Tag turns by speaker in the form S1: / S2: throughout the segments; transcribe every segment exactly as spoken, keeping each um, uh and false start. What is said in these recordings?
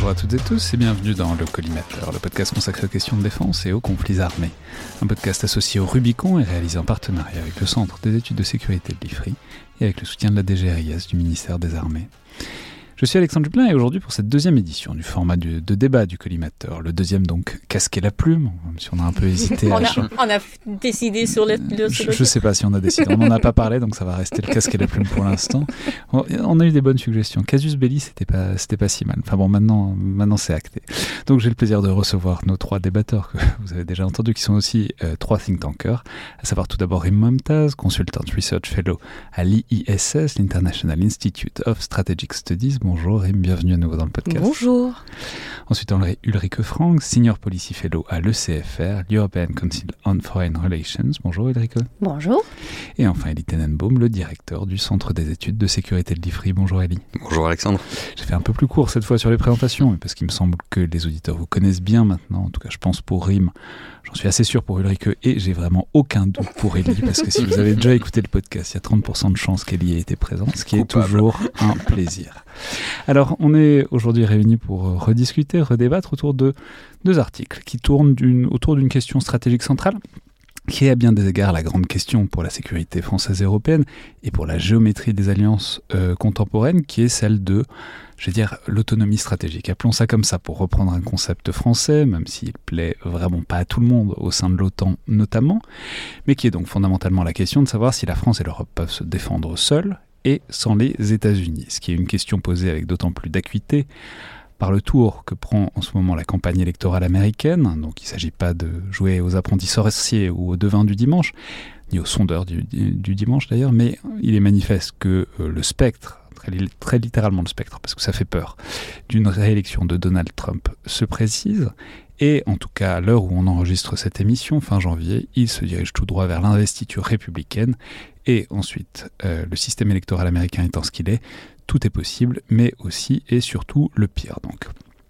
S1: Bonjour à toutes et tous et bienvenue dans le Collimateur, le podcast consacré aux questions de défense et aux conflits armés. Un podcast associé au Rubicon et réalisé en partenariat avec le Centre des études de sécurité de l'I F R I et avec le soutien de la D G R I S du ministère des Armées. Je suis Alexandre Duplain et aujourd'hui pour cette deuxième édition du format du, de débat du Collimateur, le deuxième donc casquer la plume, même si on a un peu hésité.
S2: on,
S1: à...
S2: a, on a décidé sur le... le
S1: je ne sais pas si on a décidé, on n'en a pas parlé donc ça va rester le casquer la plume pour l'instant. On, on a eu des bonnes suggestions, casus belli c'était pas, c'était pas si mal, enfin bon maintenant, maintenant c'est acté. Donc j'ai le plaisir de recevoir nos trois débatteurs que vous avez déjà entendus qui sont aussi euh, trois think tankers, à savoir tout d'abord Rim Momtaz, Consultant Research Fellow à l'I I S S, l'International Institute of Strategic Studies. Bonjour Rim, bienvenue à nouveau dans le podcast.
S2: Bonjour.
S1: Ensuite, on a Ulrike Frank, Senior Policy Fellow à l'E C F R, l'European Council on Foreign Relations. Bonjour Ulrike.
S2: Bonjour.
S1: Et enfin, Elie Tenenbaum, le directeur du Centre des études de sécurité de l'I F R I. Bonjour Elie.
S3: Bonjour Alexandre.
S1: J'ai fait un peu plus court cette fois sur les présentations, parce qu'il me semble que les auditeurs vous connaissent bien maintenant. En tout cas, je pense pour Rim, j'en suis assez sûr pour Ulrike, et j'ai vraiment aucun doute pour Elie, parce que si vous avez déjà écouté le podcast, il y a trente pour cent de chances qu'Elie ait été présente, ce qui
S3: Coupable.
S1: est toujours un plaisir. Alors, on est aujourd'hui réunis pour rediscuter, redébattre autour de deux articles qui tournent d'une, autour d'une question stratégique centrale, qui est à bien des égards la grande question pour la sécurité française et européenne et pour la géométrie des alliances euh, contemporaines, qui est celle de, je vais dire, l'autonomie stratégique. Appelons ça comme ça pour reprendre un concept français, même s'il plaît vraiment pas à tout le monde, au sein de l'OTAN notamment, mais qui est donc fondamentalement la question de savoir si la France et l'Europe peuvent se défendre seules et sans les États-Unis, ce qui est une question posée avec d'autant plus d'acuité par le tour que prend en ce moment la campagne électorale américaine. Donc il ne s'agit pas de jouer aux apprentis sorciers ou aux devins du dimanche, ni aux sondeurs du, du, du dimanche d'ailleurs, mais il est manifeste que euh, le spectre, très, très littéralement le spectre, parce que ça fait peur, d'une réélection de Donald Trump se précise. Et en tout cas, à l'heure où on enregistre cette émission, fin janvier, il se dirige tout droit vers l'investiture républicaine. Et ensuite, euh, le système électoral américain étant ce qu'il est, tout est possible, mais aussi et surtout le pire. Donc.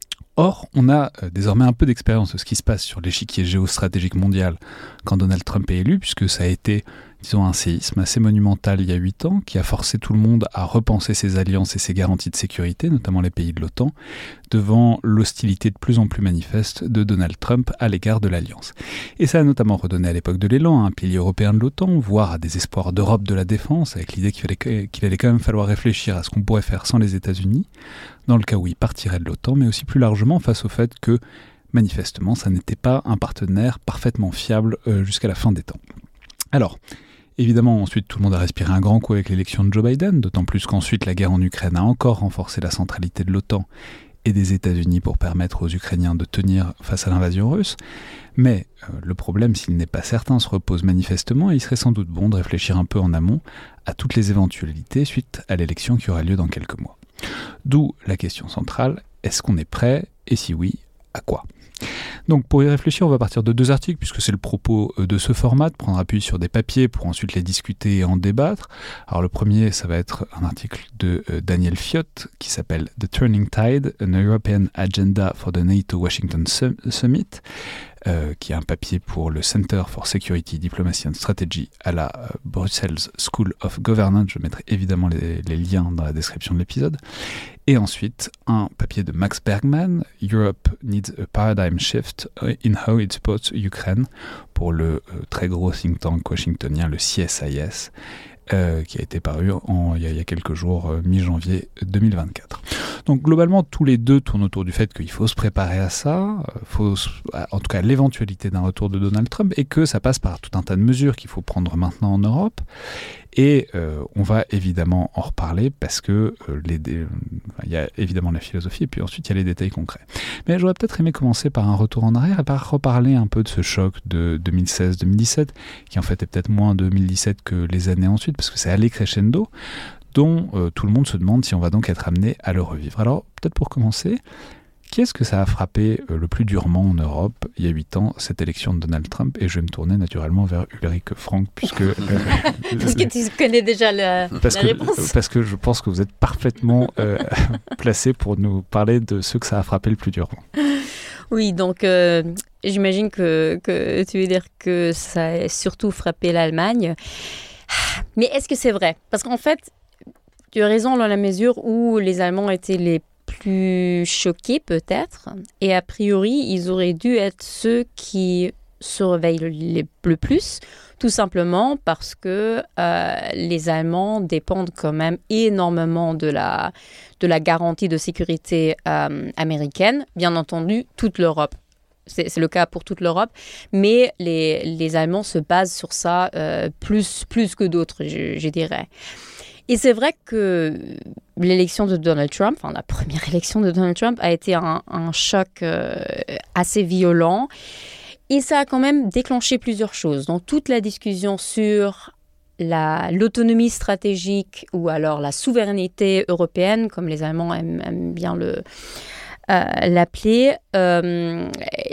S1: Or, on a euh, désormais un peu d'expérience de ce qui se passe sur l'échiquier géostratégique mondial quand Donald Trump est élu, puisque ça a été, disons, un séisme assez monumental il y a huit ans, qui a forcé tout le monde à repenser ses alliances et ses garanties de sécurité, notamment les pays de l'OTAN, devant l'hostilité de plus en plus manifeste de Donald Trump à l'égard de l'Alliance. Et ça a notamment redonné à l'époque de l'élan un pilier européen de l'OTAN, voire à des espoirs d'Europe de la défense, avec l'idée qu'il fallait, qu'il allait quand même falloir réfléchir à ce qu'on pourrait faire sans les États-Unis, dans le cas où il partirait de l'OTAN, mais aussi plus largement face au fait que, manifestement, ça n'était pas un partenaire parfaitement fiable euh, jusqu'à la fin des temps. Alors, évidemment, ensuite, tout le monde a respiré un grand coup avec l'élection de Joe Biden, d'autant plus qu'ensuite, la guerre en Ukraine a encore renforcé la centralité de l'OTAN et des États-Unis pour permettre aux Ukrainiens de tenir face à l'invasion russe. Mais euh, le problème, s'il n'est pas certain, se repose manifestement et il serait sans doute bon de réfléchir un peu en amont à toutes les éventualités suite à l'élection qui aura lieu dans quelques mois. D'où la question centrale, est-ce qu'on est prêt et si oui, à quoi ? Donc pour y réfléchir, on va partir de deux articles, puisque c'est le propos de ce format, de prendre appui sur des papiers pour ensuite les discuter et en débattre. Alors le premier, ça va être un article de euh, Daniel Fiott, qui s'appelle « The Turning Tide, an European Agenda for the NATO Washington Summit », euh, qui est un papier pour le Center for Security, Diplomacy and Strategy à la euh, Brussels School of Governance. Je mettrai évidemment les, les liens dans la description de l'épisode. Et ensuite, un papier de Max Bergman, Europe Needs a Paradigm Shift in How it Supports Ukraine, pour le euh, très gros think tank washingtonien, le C S I S, euh, qui a été paru en, il, y a, il y a quelques jours, euh, mi-janvier deux mille vingt-quatre. Donc globalement, tous les deux tournent autour du fait qu'il faut se préparer à ça, euh, faut, en tout cas l'éventualité d'un retour de Donald Trump, et que ça passe par tout un tas de mesures qu'il faut prendre maintenant en Europe. Et euh, on va évidemment en reparler parce que euh, les dé... il y a évidemment la philosophie et puis ensuite il y a les détails concrets. Mais j'aurais peut-être aimé commencer par un retour en arrière et par reparler un peu de ce choc de deux mille seize deux mille dix-sept, qui en fait est peut-être moins deux mille dix-sept que les années ensuite, parce que c'est allé crescendo, dont euh, tout le monde se demande si on va donc être amené à le revivre. Alors peut-être pour commencer, qui est-ce que ça a frappé euh, le plus durement en Europe il y a huit ans, cette élection de Donald Trump ? Et je vais me tourner naturellement vers Ulrike Frank, puisque... Euh,
S2: parce que tu connais déjà la,
S1: parce
S2: la
S1: que,
S2: réponse.
S1: Parce que je pense que vous êtes parfaitement euh, placé pour nous parler de ceux que ça a frappé le plus durement.
S2: Oui, donc euh, j'imagine que, que tu veux dire que ça a surtout frappé l'Allemagne. Mais est-ce que c'est vrai ? Parce qu'en fait, tu as raison dans la mesure où les Allemands étaient les plus choqués peut-être. Et a priori, ils auraient dû être ceux qui se réveillent le, le plus, tout simplement parce que euh, les Allemands dépendent quand même énormément de la, de la garantie de sécurité euh, américaine. Bien entendu, toute l'Europe. C'est, c'est le cas pour toute l'Europe, mais les, les Allemands se basent sur ça euh, plus, plus que d'autres, je, je dirais. Et c'est vrai que l'élection de Donald Trump, enfin la première élection de Donald Trump, a été un, un choc euh, assez violent. Et ça a quand même déclenché plusieurs choses. Dans toute la discussion sur la, l'autonomie stratégique ou alors la souveraineté européenne, comme les Allemands aiment, aiment bien le, euh, l'appeler, euh,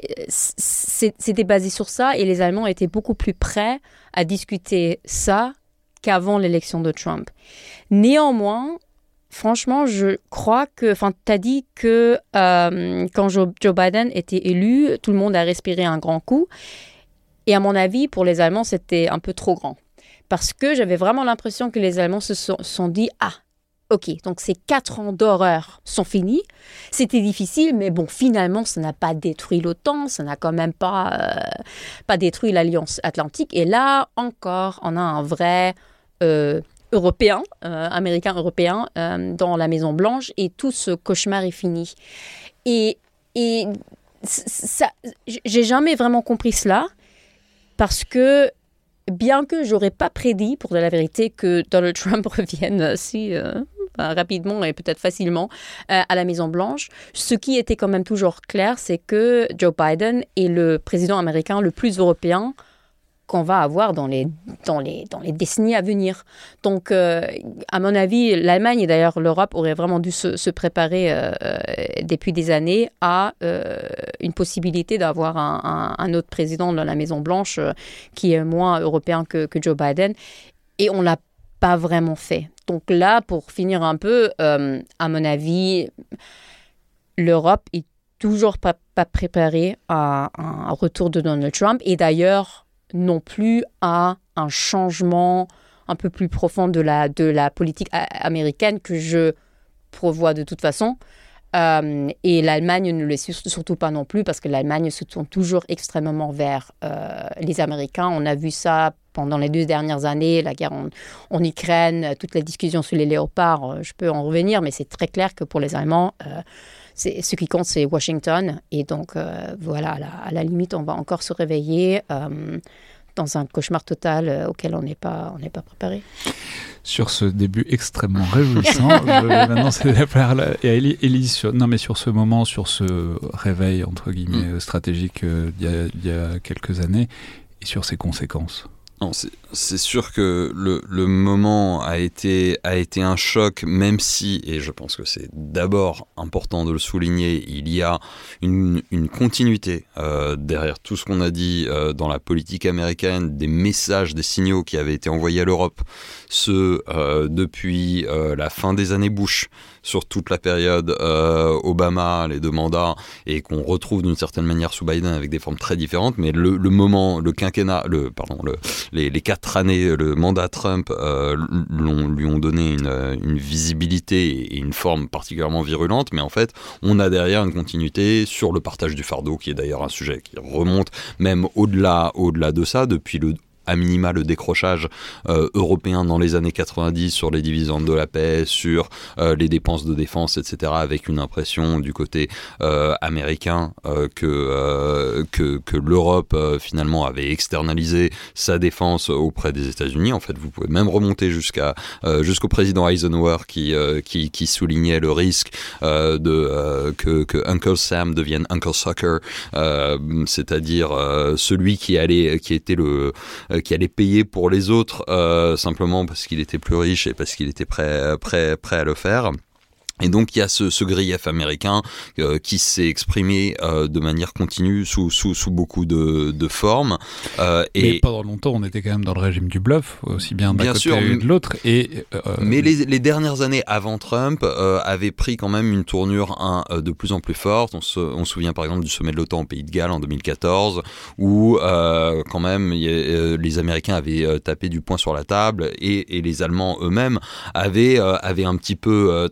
S2: c'était basé sur ça et les Allemands étaient beaucoup plus prêts à discuter ça qu'avant l'élection de Trump. Néanmoins, franchement, je crois que... Enfin, tu as dit que euh, quand Joe, Joe Biden était élu, tout le monde a respiré un grand coup. Et à mon avis, pour les Allemands, c'était un peu trop grand. Parce que j'avais vraiment l'impression que les Allemands se sont, sont dit « Ah, ok, donc ces quatre ans d'horreur sont finis. C'était difficile, mais bon, finalement, ça n'a pas détruit l'OTAN, ça n'a quand même pas, euh, pas détruit l'Alliance Atlantique. Et là, encore, on a un vrai... Euh, européen, euh, américain européen, euh, dans la Maison-Blanche, et tout ce cauchemar est fini. Et, et ça, j'ai jamais vraiment compris cela, parce que bien que j'aurais pas prédit, pour de la vérité, que Donald Trump revienne si euh, rapidement et peut-être facilement euh, à la Maison-Blanche, ce qui était quand même toujours clair, c'est que Joe Biden est le président américain le plus européen qu'on va avoir dans les, dans les, dans les décennies à venir. Donc, euh, à mon avis, l'Allemagne et d'ailleurs l'Europe auraient vraiment dû se, se préparer euh, depuis des années à euh, une possibilité d'avoir un, un, un autre président dans la Maison-Blanche euh, qui est moins européen que, que Joe Biden. Et on ne l'a pas vraiment fait. Donc là, pour finir un peu, euh, à mon avis, l'Europe est toujours pas, pas préparée à, à un retour de Donald Trump. Et d'ailleurs, non plus à un changement un peu plus profond de la, de la politique américaine que je prévois de toute façon. Euh, et l'Allemagne ne le sait surtout pas non plus parce que l'Allemagne se tourne toujours extrêmement vers euh, les Américains. On a vu ça pendant les deux dernières années, la guerre en, en Ukraine, toute la discussion sur les léopards, je peux en revenir, mais c'est très clair que pour les Allemands, euh, c'est, ce qui compte, c'est Washington. Et donc, euh, voilà, à la, à la limite, on va encore se réveiller euh, dans un cauchemar total euh, auquel on n'est pas, on n'est pas préparé.
S1: Sur ce début extrêmement réjouissant, je vais maintenant céder la parole à Élise. Sur, non, mais sur ce moment, sur ce réveil, entre guillemets, mmh. stratégique euh, d'il y a, il y a quelques années, et sur ses conséquences.
S3: Non, c'est, c'est sûr que le, le moment a été, a été un choc, même si, et je pense que c'est d'abord important de le souligner, il y a une, une continuité euh, derrière tout ce qu'on a dit euh, dans la politique américaine, des messages, des signaux qui avaient été envoyés à l'Europe, ceux euh, depuis euh, la fin des années Bush, sur toute la période euh, Obama, les deux mandats, et qu'on retrouve d'une certaine manière sous Biden avec des formes très différentes, mais le, le moment, le quinquennat, le, pardon, le, les, les quatre années, le mandat Trump euh, l'ont, lui ont donné une, une visibilité et une forme particulièrement virulente, mais en fait, on a derrière une continuité sur le partage du fardeau, qui est d'ailleurs un sujet qui remonte même au-delà, au-delà de ça, depuis le à minima le décrochage euh, européen dans les années quatre-vingt-dix sur les dividendes de la paix, sur euh, les dépenses de défense, et cetera, avec une impression du côté euh, américain euh, que, euh, que, que l'Europe euh, finalement avait externalisé sa défense auprès des États-Unis. En fait, vous pouvez même remonter jusqu'à, euh, jusqu'au président Eisenhower qui, euh, qui, qui soulignait le risque euh, de, euh, que, que Uncle Sam devienne Uncle Sucker, euh, c'est-à-dire euh, celui qui, allait, qui était le qui allait payer pour les autres euh, simplement parce qu'il était plus riche et parce qu'il était prêt, prêt, prêt à le faire. Et donc il y a ce, ce grief américain euh, qui s'est exprimé euh, de manière continue sous, sous, sous beaucoup de, de formes. Euh, et
S1: mais pendant longtemps, on était quand même dans le régime du bluff, aussi bien d'un
S3: bien
S1: côté
S3: sûr,
S1: que de l'autre. Et,
S3: euh, mais les, les dernières années avant Trump euh, avaient pris quand même une tournure un, de plus en plus forte. On se, on se souvient par exemple du sommet de l'OTAN au Pays de Galles en deux mille quatorze, où euh, quand même y a, euh, les Américains avaient euh, tapé du poing sur la table et, et les Allemands eux-mêmes avaient, euh, avaient un petit peu euh, tremblé.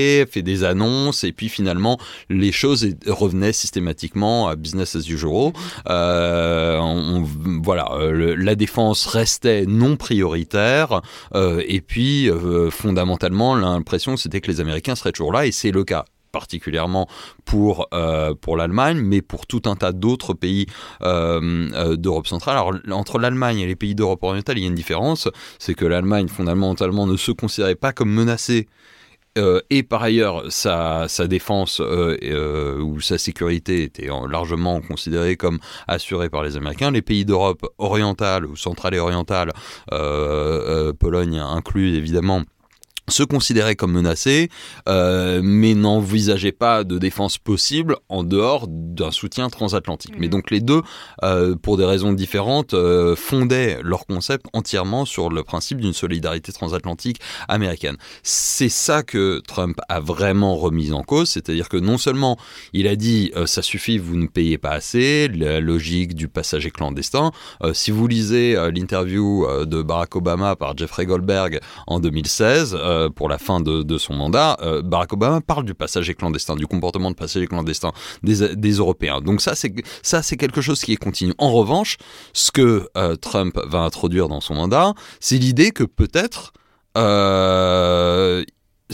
S3: parlé, fait des annonces, et puis finalement, les choses revenaient systématiquement à business as usual. Euh, on, voilà, le, la défense restait non prioritaire, euh, et puis euh, fondamentalement, l'impression c'était que les Américains seraient toujours là, et c'est le cas. Particulièrement pour, euh, pour l'Allemagne, mais pour tout un tas d'autres pays euh, euh, d'Europe centrale. Alors, entre l'Allemagne et les pays d'Europe orientale, il y a une différence, c'est que l'Allemagne, fondamentalement, ne se considérait pas comme menacée, euh, et par ailleurs, sa, sa défense euh, euh, ou sa sécurité était largement considérée comme assurée par les Américains. Les pays d'Europe orientale, ou centrale et orientale, euh, euh, Pologne inclus évidemment, se considéraient comme menacés, euh, mais n'envisageaient pas de défense possible en dehors d'un soutien transatlantique. Mmh. Mais donc les deux, euh, pour des raisons différentes, euh, fondaient leur concept entièrement sur le principe d'une solidarité transatlantique américaine. C'est ça que Trump a vraiment remis en cause, c'est-à-dire que non seulement il a dit euh, « ça suffit, vous ne payez pas assez », la logique du passager clandestin. Euh, si vous lisez euh, l'interview euh, de Barack Obama par Jeffrey Goldberg en deux mille seize, euh, pour la fin de, de son mandat, euh, Barack Obama parle du passager clandestin, du comportement de passager clandestin des, des Européens. Donc ça c'est, ça, c'est quelque chose qui est continu. En revanche, ce que euh, Trump va introduire dans son mandat, c'est l'idée que peut-être euh,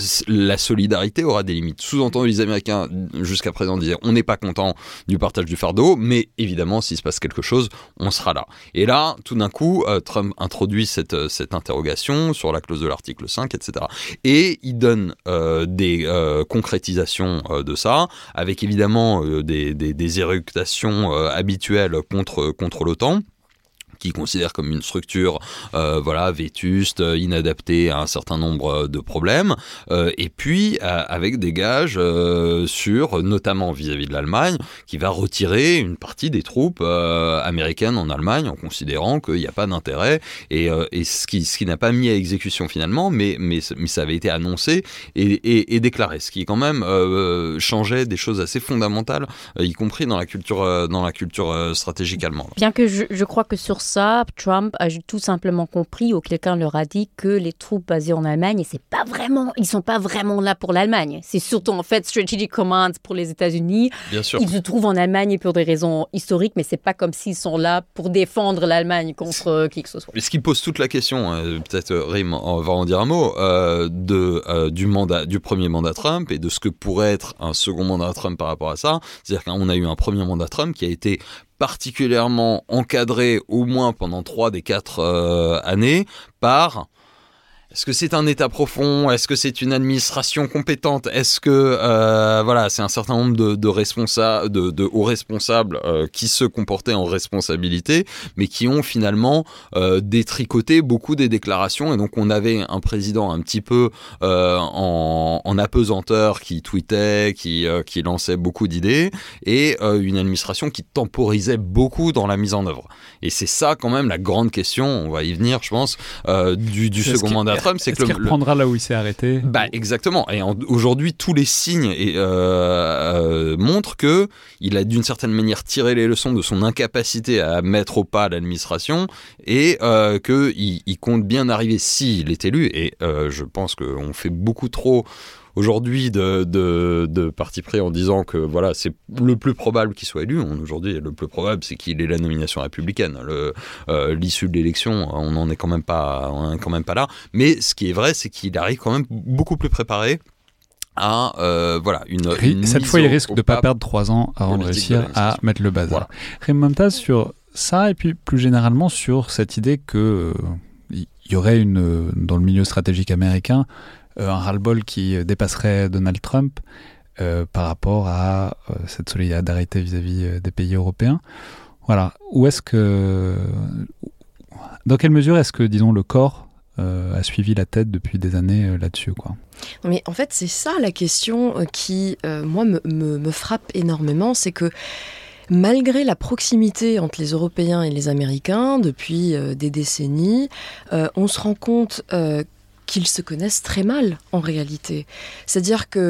S3: la solidarité aura des limites. Sous-entendu, les Américains, jusqu'à présent, disaient on n'est pas content du partage du fardeau, mais évidemment, s'il se passe quelque chose, on sera là. Et là, tout d'un coup, euh, Trump introduit cette, cette interrogation sur la clause de l'article cinq, et cetera. Et il donne euh, des euh, concrétisations euh, de ça, avec évidemment euh, des, des, des éructations euh, habituelles contre, contre l'OTAN, qui considère comme une structure euh, voilà, vétuste, inadaptée à un certain nombre de problèmes, euh, et puis euh, avec des gages euh, sur, notamment vis-à-vis de l'Allemagne, qui va retirer une partie des troupes euh, américaines en Allemagne en considérant qu'il n'y a pas d'intérêt, et, euh, et ce qui, ce qui n'a pas mis à exécution finalement, mais, mais, mais ça avait été annoncé et, et, et déclaré, ce qui quand même euh, changeait des choses assez fondamentales, euh, y compris dans la culture, euh, dans la culture euh, stratégique allemande.
S2: Bien que je, je crois que sur ça, Trump a tout simplement compris, ou quelqu'un leur a dit, que les troupes basées en Allemagne, c'est pas vraiment, ils sont pas vraiment là pour l'Allemagne. C'est surtout en fait Strategic Command pour les États-Unis.
S3: Bien sûr.
S2: Ils se trouvent en Allemagne pour des raisons historiques, mais c'est pas comme s'ils sont là pour défendre l'Allemagne contre qui que ce soit.
S3: Mais ce qui pose toute la question, euh, peut-être Rim on va en dire un mot, euh, de, euh, du, mandat, du premier mandat Trump et de ce que pourrait être un second mandat Trump par rapport à ça. C'est-à-dire qu'on a eu un premier mandat Trump qui a été particulièrement encadré au moins pendant trois des quatre euh, années par... Est-ce que c'est un État profond ? Est-ce que c'est une administration compétente ? Est-ce que euh, voilà, c'est un certain nombre de, de, responsa- de, de hauts responsables euh, qui se comportaient en responsabilité, mais qui ont finalement euh, détricoté beaucoup des déclarations. Et donc on avait un président un petit peu euh, en, en apesanteur qui tweetait, qui, euh, qui lançait beaucoup d'idées, et euh, une administration qui temporisait beaucoup dans la mise en œuvre. Et c'est ça quand même la grande question, on va y venir je pense, euh, du, du second mandat Trump, c'est
S1: Est-ce
S3: que
S1: qu'il
S3: le,
S1: reprendra là où il s'est arrêté ?
S3: Bah exactement. Et en, aujourd'hui, tous les signes et, euh, euh, montrent que il a d'une certaine manière tiré les leçons de son incapacité à mettre au pas l'administration, et euh, que il, il compte bien arriver s'il est élu. Et euh, je pense qu'on fait beaucoup trop aujourd'hui de, de, de parti pris en disant que voilà, c'est le plus probable qu'il soit élu. On, aujourd'hui, le plus probable, c'est qu'il ait la nomination républicaine. Le, euh, l'issue de l'élection, on n'en est quand même pas, on en est quand même pas là. Mais ce qui est vrai, c'est qu'il arrive quand même beaucoup plus préparé à euh, voilà une, une
S1: cette
S3: mise
S1: fois, il
S3: au,
S1: risque
S3: au
S1: de ne pas perdre trois ans avant de réussir
S3: de
S1: à mettre le bazar.
S3: Voilà.
S1: Rim Momtaz, sur ça, et puis plus généralement sur cette idée que il euh, y aurait une dans le milieu stratégique américain un ras-le-bol qui dépasserait Donald Trump euh, par rapport à euh, cette solidarité vis-à-vis des pays européens. Voilà. Où est-ce que... Dans quelle mesure est-ce que, disons, le corps euh, a suivi la tête depuis des années euh, là-dessus, quoi ?
S4: Mais en fait, c'est ça la question qui, euh, moi, me, me, me frappe énormément, c'est que malgré la proximité entre les Européens et les Américains depuis euh, des décennies, euh, on se rend compte euh, qu'ils se connaissent très mal en réalité. C'est-à-dire que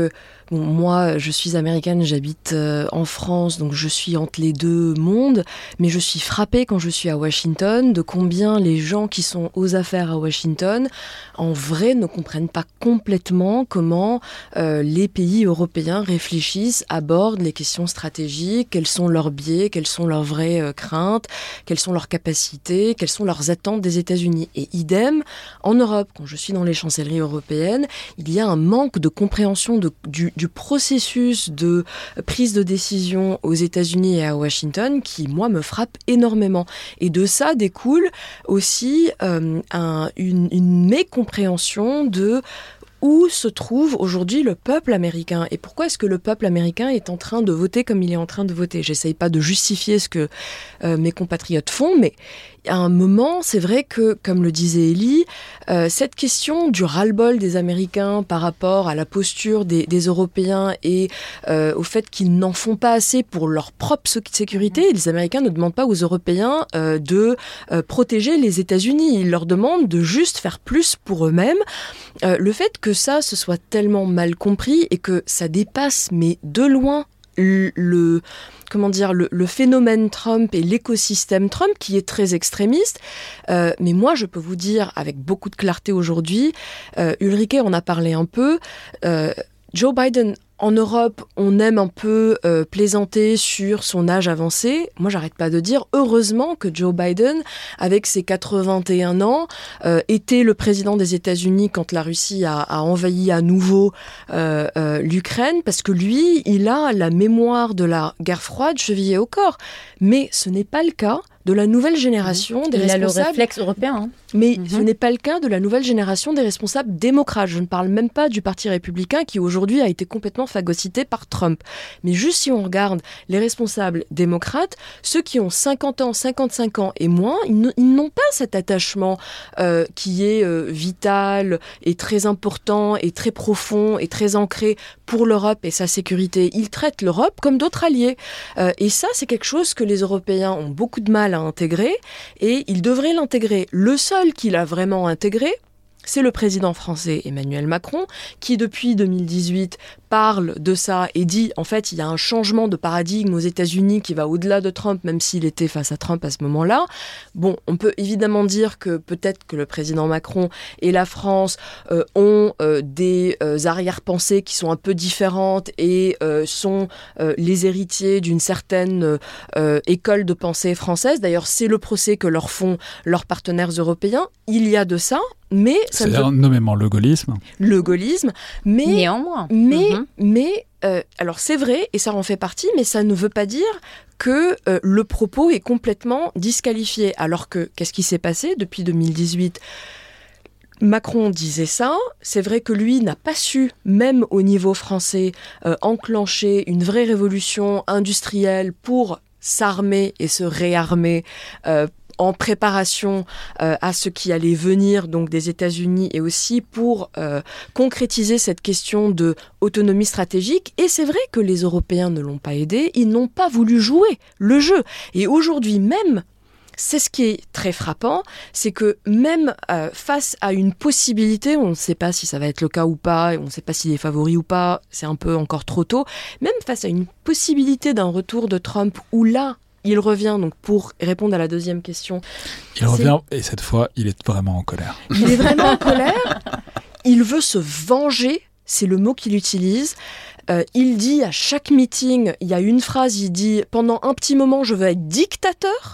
S4: Bon, moi, je suis américaine, j'habite euh, en France, donc je suis entre les deux mondes, mais je suis frappée quand je suis à Washington de combien les gens qui sont aux affaires à Washington, en vrai, ne comprennent pas complètement comment euh, les pays européens réfléchissent, abordent les questions stratégiques, quels sont leurs biais, quelles sont leurs vraies euh, craintes, quelles sont leurs capacités, quelles sont leurs attentes des États-Unis. Et idem, en Europe, quand je suis dans les chancelleries européennes, il y a un manque de compréhension de, du, du processus de prise de décision aux États-Unis et à Washington qui, moi, me frappe énormément. Et de ça découle aussi euh, un, une, une mécompréhension de où se trouve aujourd'hui le peuple américain et pourquoi est-ce que le peuple américain est en train de voter comme il est en train de voter. J'essaye pas de justifier ce que euh, mes compatriotes font, mais à un moment, c'est vrai que, comme le disait Élie, euh, cette question du ras-le-bol des Américains par rapport à la posture des, des Européens et euh, au fait qu'ils n'en font pas assez pour leur propre sécurité, les Américains ne demandent pas aux Européens euh, de euh, protéger les États-Unis, ils leur demandent de juste faire plus pour eux-mêmes. Euh, le fait que ça se soit tellement mal compris et que ça dépasse, mais de loin, le... le comment dire, le, le phénomène Trump et l'écosystème Trump qui est très extrémiste. Euh, mais moi, je peux vous dire avec beaucoup de clarté aujourd'hui, euh, Ulrike en a parlé un peu, euh, Joe Biden, en Europe, on aime un peu euh, plaisanter sur son âge avancé. Moi, j'arrête pas de dire, heureusement que Joe Biden, avec ses quatre-vingt-un ans, euh, était le président des États-Unis quand la Russie a, a envahi à nouveau euh, euh, l'Ukraine, parce que lui, il a la mémoire de la guerre froide chevillée au corps. Mais ce n'est pas le cas de la nouvelle génération mmh. des
S2: il
S4: responsables...
S2: Il a le réflexe européen. Hein.
S4: Mais
S2: mmh.
S4: ce n'est pas le cas de la nouvelle génération des responsables démocrates. Je ne parle même pas du Parti républicain qui aujourd'hui a été complètement phagocyté par Trump. Mais juste si on regarde les responsables démocrates, ceux qui ont cinquante ans, cinquante-cinq ans et moins, ils, n- ils n'ont pas cet attachement euh, qui est euh, vital et très important et très profond et très ancré pour l'Europe et sa sécurité. Ils traitent l'Europe comme d'autres alliés. Euh, et ça, c'est quelque chose que les Européens ont beaucoup de mal à intégrer et ils devraient l'intégrer. Le seul qui l'a vraiment intégré, c'est le président français Emmanuel Macron, qui depuis deux mille dix-huit parle de ça et dit en fait il y a un changement de paradigme aux États-Unis qui va au-delà de Trump, même s'il était face à Trump à ce moment-là. Bon, on peut évidemment dire que peut-être que le président Macron et la France euh, ont euh, des euh, arrière-pensées qui sont un peu différentes et euh, sont euh, les héritiers d'une certaine euh, école de pensée française. D'ailleurs, c'est le procès que leur font leurs partenaires européens. Il y a de ça. Mais ça
S1: C'est-à-dire
S4: veut...
S1: nommément le gaullisme.
S4: Le gaullisme, mais...
S2: Néanmoins.
S4: Mais,
S2: mm-hmm.
S4: mais euh, alors c'est vrai, et ça en fait partie, mais ça ne veut pas dire que euh, le propos est complètement disqualifié. Alors que, qu'est-ce qui s'est passé depuis deux mille dix-huit ? Macron disait ça, c'est vrai que lui n'a pas su, même au niveau français, euh, enclencher une vraie révolution industrielle pour s'armer et se réarmer euh, en préparation euh, à ce qui allait venir donc des États-Unis et aussi pour euh, concrétiser cette question de autonomie stratégique. Et c'est vrai que les Européens ne l'ont pas aidé, ils n'ont pas voulu jouer le jeu. Et aujourd'hui même, c'est ce qui est très frappant, c'est que même euh, face à une possibilité, on ne sait pas si ça va être le cas ou pas, on ne sait pas s'il est favori ou pas, c'est un peu encore trop tôt, même face à une possibilité d'un retour de Trump où là, il revient, donc pour répondre à la deuxième question.
S1: Il revient et cette fois, il est vraiment en colère.
S4: Il est vraiment en colère. Il veut se venger, c'est le mot qu'il utilise. Euh, il dit à chaque meeting, il y a une phrase, il dit « Pendant un petit moment, je veux être dictateur ».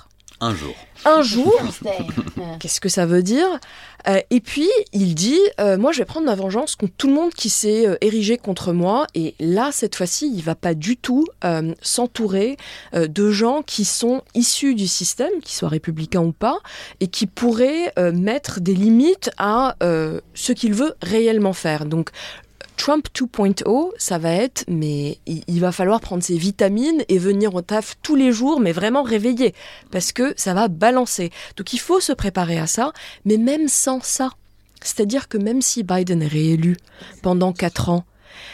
S3: Un jour.
S4: Un jour. Qu'est-ce que ça veut dire ? euh, Et puis, il dit euh, « Moi, je vais prendre ma vengeance contre tout le monde qui s'est euh, érigé contre moi. » Et là, cette fois-ci, il ne va pas du tout euh, s'entourer euh, de gens qui sont issus du système, qu'ils soient républicains ou pas, et qui pourraient euh, mettre des limites à euh, ce qu'il veut réellement faire. Donc, Trump deux point zéro, ça va être, mais il, il va falloir prendre ses vitamines et venir au taf tous les jours, mais vraiment réveillé, parce que ça va balancer. Donc il faut se préparer à ça, mais même sans ça, c'est-à-dire que même si Biden est réélu pendant quatre ans,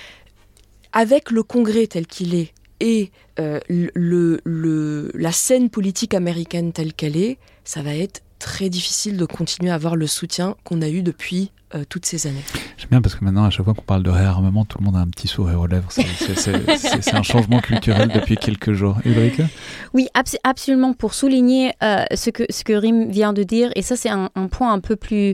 S4: avec le Congrès tel qu'il est et euh, le, le, la scène politique américaine telle qu'elle est, ça va être très difficile de continuer à avoir le soutien qu'on a eu depuis euh, toutes ces années.
S1: J'aime bien parce que maintenant, à chaque fois qu'on parle de réarmement, tout le monde a un petit sourire aux lèvres. C'est, c'est, c'est, c'est, c'est un changement culturel depuis quelques jours. Ulrike ?
S2: Oui, abs- absolument. Pour souligner euh, ce que, ce que Rim vient de dire, et ça c'est un, un point un peu plus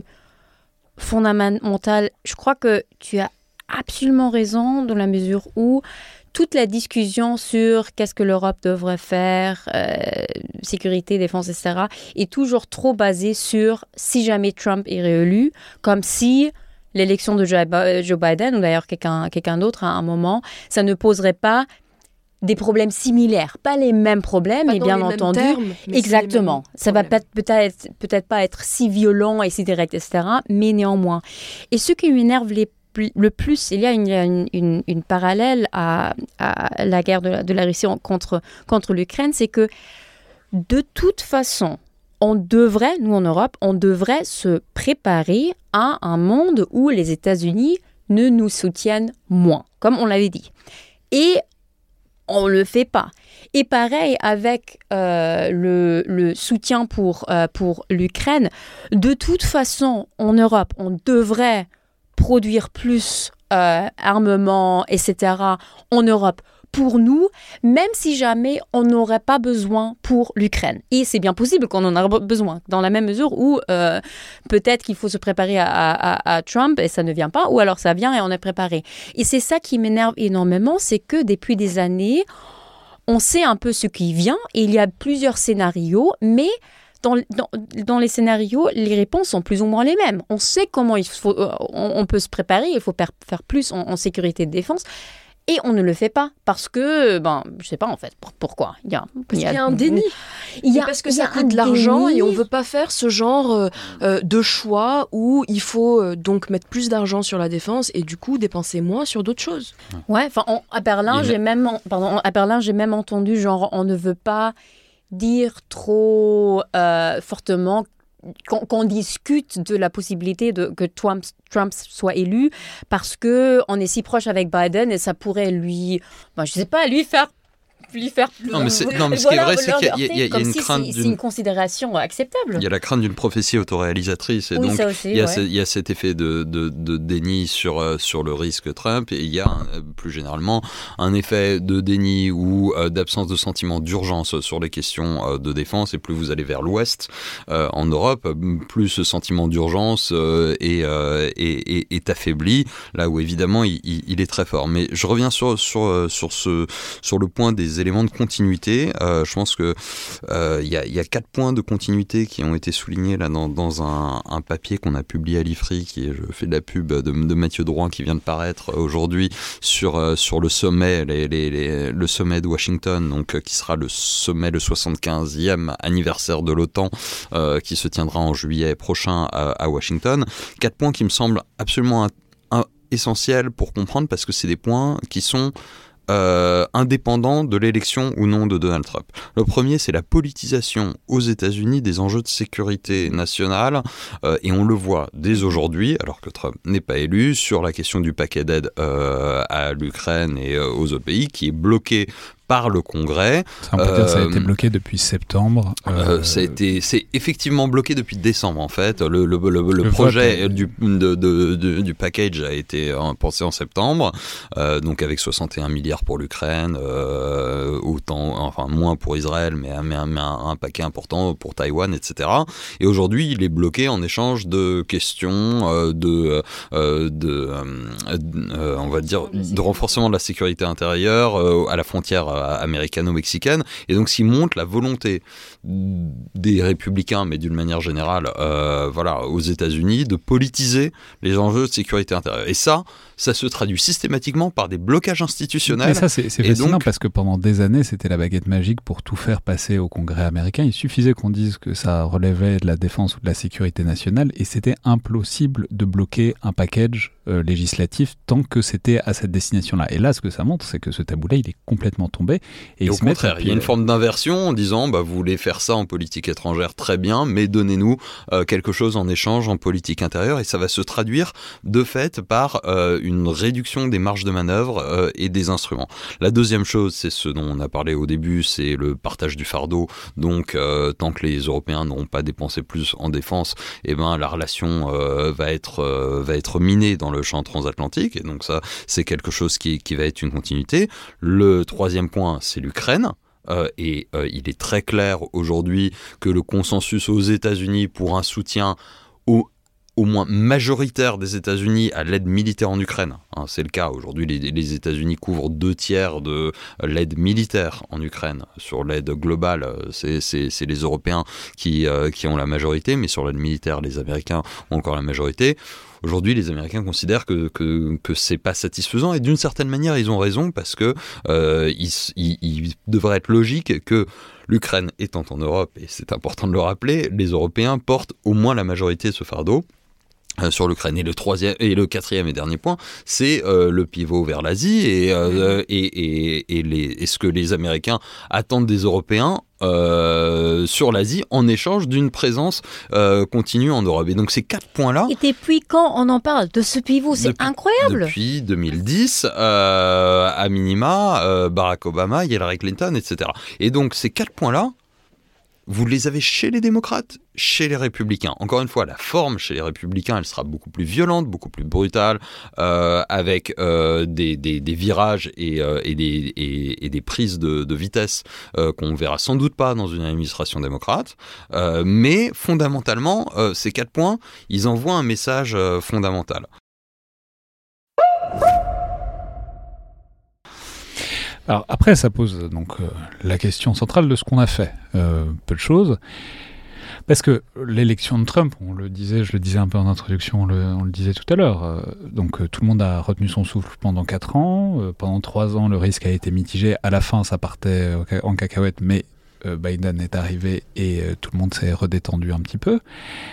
S2: fondamental, je crois que tu as absolument raison dans la mesure où toute la discussion sur qu'est-ce que l'Europe devrait faire, euh, sécurité, défense, et cetera, est toujours trop basée sur si jamais Trump est réélu, comme si l'élection de Joe Biden, ou d'ailleurs quelqu'un, quelqu'un d'autre à un moment, ça ne poserait pas des problèmes similaires, pas les mêmes problèmes, mais bien entendu.
S4: Termes, mais
S2: exactement. Ça va peut-être, peut-être, peut-être pas être si violent et si direct, et cetera, mais néanmoins. Et ce qui m'énerve les le plus, il y a une, une, une, une parallèle à, à la guerre de la, de la Russie contre, contre l'Ukraine, c'est que de toute façon, on devrait, nous en Europe, on devrait se préparer à un monde où les États-Unis ne nous soutiennent moins, comme on l'avait dit. Et on ne le fait pas. Et pareil avec euh, le, le soutien pour, euh, pour l'Ukraine. De toute façon, en Europe, on devrait produire plus euh, armement, et cetera en Europe pour nous, même si jamais on n'aurait pas besoin pour l'Ukraine. Et c'est bien possible qu'on en ait besoin, dans la même mesure où euh, peut-être qu'il faut se préparer à, à, à Trump et ça ne vient pas, ou alors ça vient et on est préparé. Et c'est ça qui m'énerve énormément, c'est que depuis des années, on sait un peu ce qui vient et il y a plusieurs scénarios, mais Dans, dans, dans les scénarios, les réponses sont plus ou moins les mêmes. On sait comment il faut, on, on peut se préparer, il faut per, faire plus en, en sécurité de défense, et on ne le fait pas parce que, ben, je sais pas en fait pourquoi. Il y a,
S4: parce il y a, qu'il y a un déni. Il y a, parce que ça coûte de l'argent déni. Et on veut pas faire ce genre euh, de choix où il faut euh, donc mettre plus d'argent sur la défense et du coup dépenser moins sur d'autres choses.
S2: Ouais, enfin à Berlin, j'ai même, pardon, à Berlin, j'ai même entendu genre on ne veut pas dire trop euh, fortement qu'on, qu'on discute de la possibilité de, que Trump, Trump soit élu parce qu'on est si proche avec Biden et ça pourrait lui, ben, je sais pas, lui faire lui faire
S3: non mais, c'est, non, mais ce voilà, qui est vrai c'est qu'il y a, y a, y a une
S2: si
S3: crainte
S2: c'est,
S3: d'une...
S2: c'est une considération acceptable.
S3: Il y a la crainte d'une prophétie autoréalisatrice et
S2: oui,
S3: donc
S2: aussi,
S3: il, y a
S2: ouais.
S3: ce, il y a cet effet de, de, de déni sur, euh, sur le risque Trump et il y a un, plus généralement un effet de déni ou euh, d'absence de sentiment d'urgence sur les questions euh, de défense et plus vous allez vers l'ouest euh, en Europe, plus ce sentiment d'urgence euh, est, euh, est, est, est affaibli, là où évidemment il, il, il est très fort. Mais je reviens sur, sur, sur, ce, sur le point des éléments de continuité. Euh, je pense que euh, y, a, y a quatre points de continuité qui ont été soulignés là dans, dans un, un papier qu'on a publié à l'I F R I, qui est, je fais de la pub de, de Mathieu Drouin, qui vient de paraître aujourd'hui sur, euh, sur le sommet, les, les, les, le sommet de Washington, donc euh, qui sera le sommet, le soixante-quinzième anniversaire de l'OTAN, euh, qui se tiendra en juillet prochain à, à Washington. Quatre points qui me semblent absolument un, un, essentiels pour comprendre, parce que c'est des points qui sont Euh, indépendant de l'élection ou non de Donald Trump. Le premier, c'est la politisation aux États-Unis des enjeux de sécurité nationale, euh, et on le voit dès aujourd'hui, alors que Trump n'est pas élu, sur la question du paquet d'aide euh, à l'Ukraine et euh, aux autres pays, qui est bloqué par le Congrès.
S1: Ça, on peut euh, dire que ça a été bloqué depuis septembre.
S3: Euh, euh, ça a été, c'est effectivement bloqué depuis décembre, en fait. Le, le, le, le, le projet vote, du, de, de, de, du package a été pensé en septembre, euh, donc avec soixante et un milliards pour l'Ukraine, euh, autant, enfin moins pour Israël, mais, mais, mais un, un paquet important pour Taïwan, et cetera. Et aujourd'hui, il est bloqué en échange de questions euh, de, euh, de euh, on va dire, de renforcement de la sécurité intérieure euh, à la frontière américano-mexicaine, et donc s'il montre la volonté des républicains, mais d'une manière générale, euh, voilà, aux États-Unis, de politiser les enjeux de sécurité intérieure. Et ça, ça se traduit systématiquement par des blocages institutionnels.
S1: Mais ça, c'est, c'est fascinant donc... parce que pendant des années, c'était la baguette magique pour tout faire passer au Congrès américain. Il suffisait qu'on dise que ça relevait de la défense ou de la sécurité nationale, et c'était impossible de bloquer un package euh, législatif tant que c'était à cette destination-là. Et là, ce que ça montre, c'est que ce tabou-là, il est complètement tombé. Et,
S3: et au contraire, il y a une forme d'inversion en disant bah, vous voulez faire ça en politique étrangère, très bien, mais donnez-nous euh, quelque chose en échange en politique intérieure. Et ça va se traduire de fait par euh, une réduction des marges de manœuvre euh, et des instruments. La deuxième chose, c'est ce dont on a parlé au début, c'est le partage du fardeau. Donc, euh, tant que les Européens n'auront pas dépensé plus en défense, eh ben, la relation euh, va, être, euh, va être minée dans le champ transatlantique. Et donc ça, c'est quelque chose qui, qui va être une continuité. Le troisième point, c'est l'Ukraine. Euh, et euh, il est très clair aujourd'hui que le consensus aux États-Unis pour un soutien au au moins majoritaire des États-Unis à l'aide militaire en Ukraine. Hein, c'est le cas. Aujourd'hui, les, les États-Unis couvrent deux tiers de l'aide militaire en Ukraine. Sur l'aide globale, c'est, c'est, c'est les Européens qui, euh, qui ont la majorité, mais sur l'aide militaire, les Américains ont encore la majorité. Aujourd'hui, les Américains considèrent que, que, que c'est pas satisfaisant, et d'une certaine manière, ils ont raison, parce que euh, il, il, il devrait être logique que l'Ukraine étant en Europe, et c'est important de le rappeler, les Européens portent au moins la majorité de ce fardeau sur l'Ukraine. Et le troisième et le quatrième et dernier point, c'est euh, le pivot vers l'Asie et, euh, et, et, et, les, et ce que les Américains attendent des Européens euh, sur l'Asie en échange d'une présence euh, continue en Europe. Et donc ces quatre points-là...
S2: Et depuis quand on en parle de ce pivot? C'est
S3: depuis,
S2: incroyable.
S3: Depuis deux mille dix, euh, à minima, euh, Barack Obama, Hillary Clinton, et cetera. Et donc ces quatre points-là, vous les avez chez les démocrates, chez les républicains. Encore une fois, la forme chez les républicains, elle sera beaucoup plus violente, beaucoup plus brutale, euh, avec euh, des, des, des virages et, euh, et, des, et, et des prises de, de vitesse euh, qu'on ne verra sans doute pas dans une administration démocrate. Euh, mais fondamentalement, euh, ces quatre points, ils envoient un message euh, fondamental.
S1: Alors après, ça pose donc euh, la question centrale de ce qu'on a fait. Euh, peu de choses. Parce que l'élection de Trump, on le disait, je le disais un peu en introduction, on le, on le disait tout à l'heure, euh, donc euh, tout le monde a retenu son souffle pendant quatre ans. Euh, pendant trois ans, le risque a été mitigé. À la fin, ça partait en cacahuète, mais euh, Biden est arrivé et euh, tout le monde s'est redétendu un petit peu.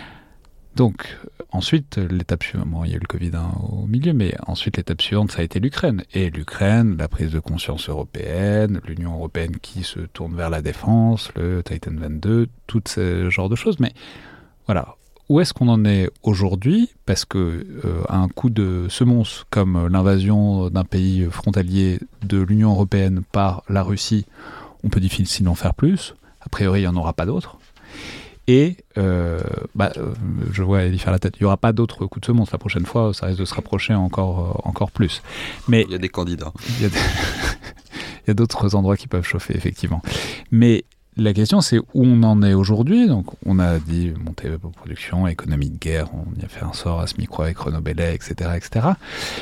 S1: Donc, ensuite, l'étape suivante, bon, il y a eu le Covid hein, au milieu, mais ensuite, l'étape suivante, ça a été l'Ukraine. Et l'Ukraine, la prise de conscience européenne, l'Union européenne qui se tourne vers la défense, le Titan vingt-deux, tout ce genre de choses. Mais voilà, où est-ce qu'on en est aujourd'hui? Parce que euh, un coup de semonce comme l'invasion d'un pays frontalier de l'Union européenne par la Russie, on peut difficilement faire plus. A priori, il n'y en aura pas d'autres. Et euh, bah, euh, je vois Elie faire la tête. Il n'y aura pas d'autres coups de semonce. La prochaine fois, ça risque de se rapprocher encore, euh, encore plus. Mais
S3: il y a des candidats.
S1: Il y a, des... il y a d'autres endroits qui peuvent chauffer, effectivement. Mais la question, c'est où on en est aujourd'hui. Donc, on a dit monter la production, économie de guerre. On y a fait un sort à ce micro avec Renaud Bellet, et cetera, et cetera.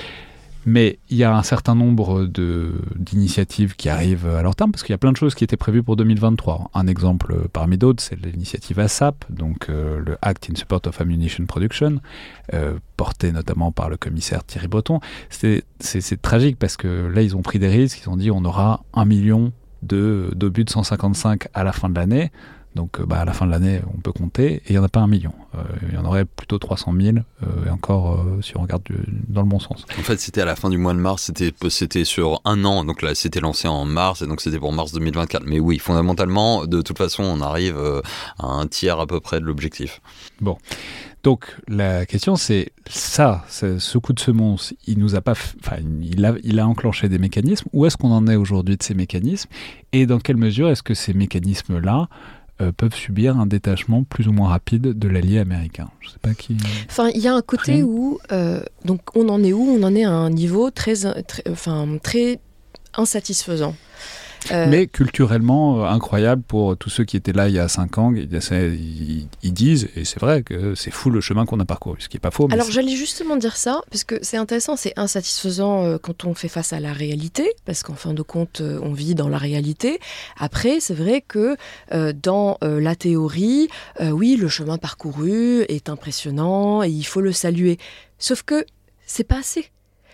S1: Mais il y a un certain nombre de, d'initiatives qui arrivent à leur terme, parce qu'il y a plein de choses qui étaient prévues pour deux mille vingt-trois. Un exemple parmi d'autres, c'est l'initiative ASAP, donc euh, le Act in Support of Ammunition Production, euh, porté notamment par le commissaire Thierry Breton. C'est, c'est, c'est tragique, parce que là, ils ont pris des risques, ils ont dit on aura un million de, d'obus de cent cinquante-cinq à la fin de l'année. Donc bah, à la fin de l'année, on peut compter, et il n'y en a pas un million. Euh, il y en aurait plutôt trois cent mille, euh, et encore euh, si on regarde du, dans le bon sens.
S3: En fait, c'était à la fin du mois de mars, c'était, c'était sur un an, donc là, c'était lancé en mars, et donc c'était pour mars deux mille vingt-quatre. Mais oui, fondamentalement, de toute façon, on arrive euh, à un tiers à peu près de l'objectif.
S1: Bon. Donc la question c'est ça, c'est, ce coup de semonce, il nous a pas, enfin il a, il a enclenché des mécanismes. Où est-ce qu'on en est aujourd'hui de ces mécanismes, et dans quelle mesure est-ce que ces mécanismes-là euh, peuvent subir un détachement plus ou moins rapide de l'allié américain? Je sais pas qui.
S4: Enfin, il y a un côté Rien. où euh, donc on en est où On en est à un niveau très, très, enfin très insatisfaisant.
S1: Euh... Mais culturellement euh, incroyable pour tous ceux qui étaient là il y a cinq ans. Ils, ils, ils disent, et c'est vrai que c'est fou le chemin qu'on a parcouru, ce qui n'est pas faux. Mais
S4: Alors
S1: c'est...
S4: j'allais justement dire ça, parce que c'est intéressant, c'est insatisfaisant euh, quand on fait face à la réalité, parce qu'en fin de compte, euh, on vit dans la réalité. Après, c'est vrai que euh, dans euh, la théorie, euh, oui, le chemin parcouru est impressionnant et il faut le saluer. Sauf que c'est pas assez.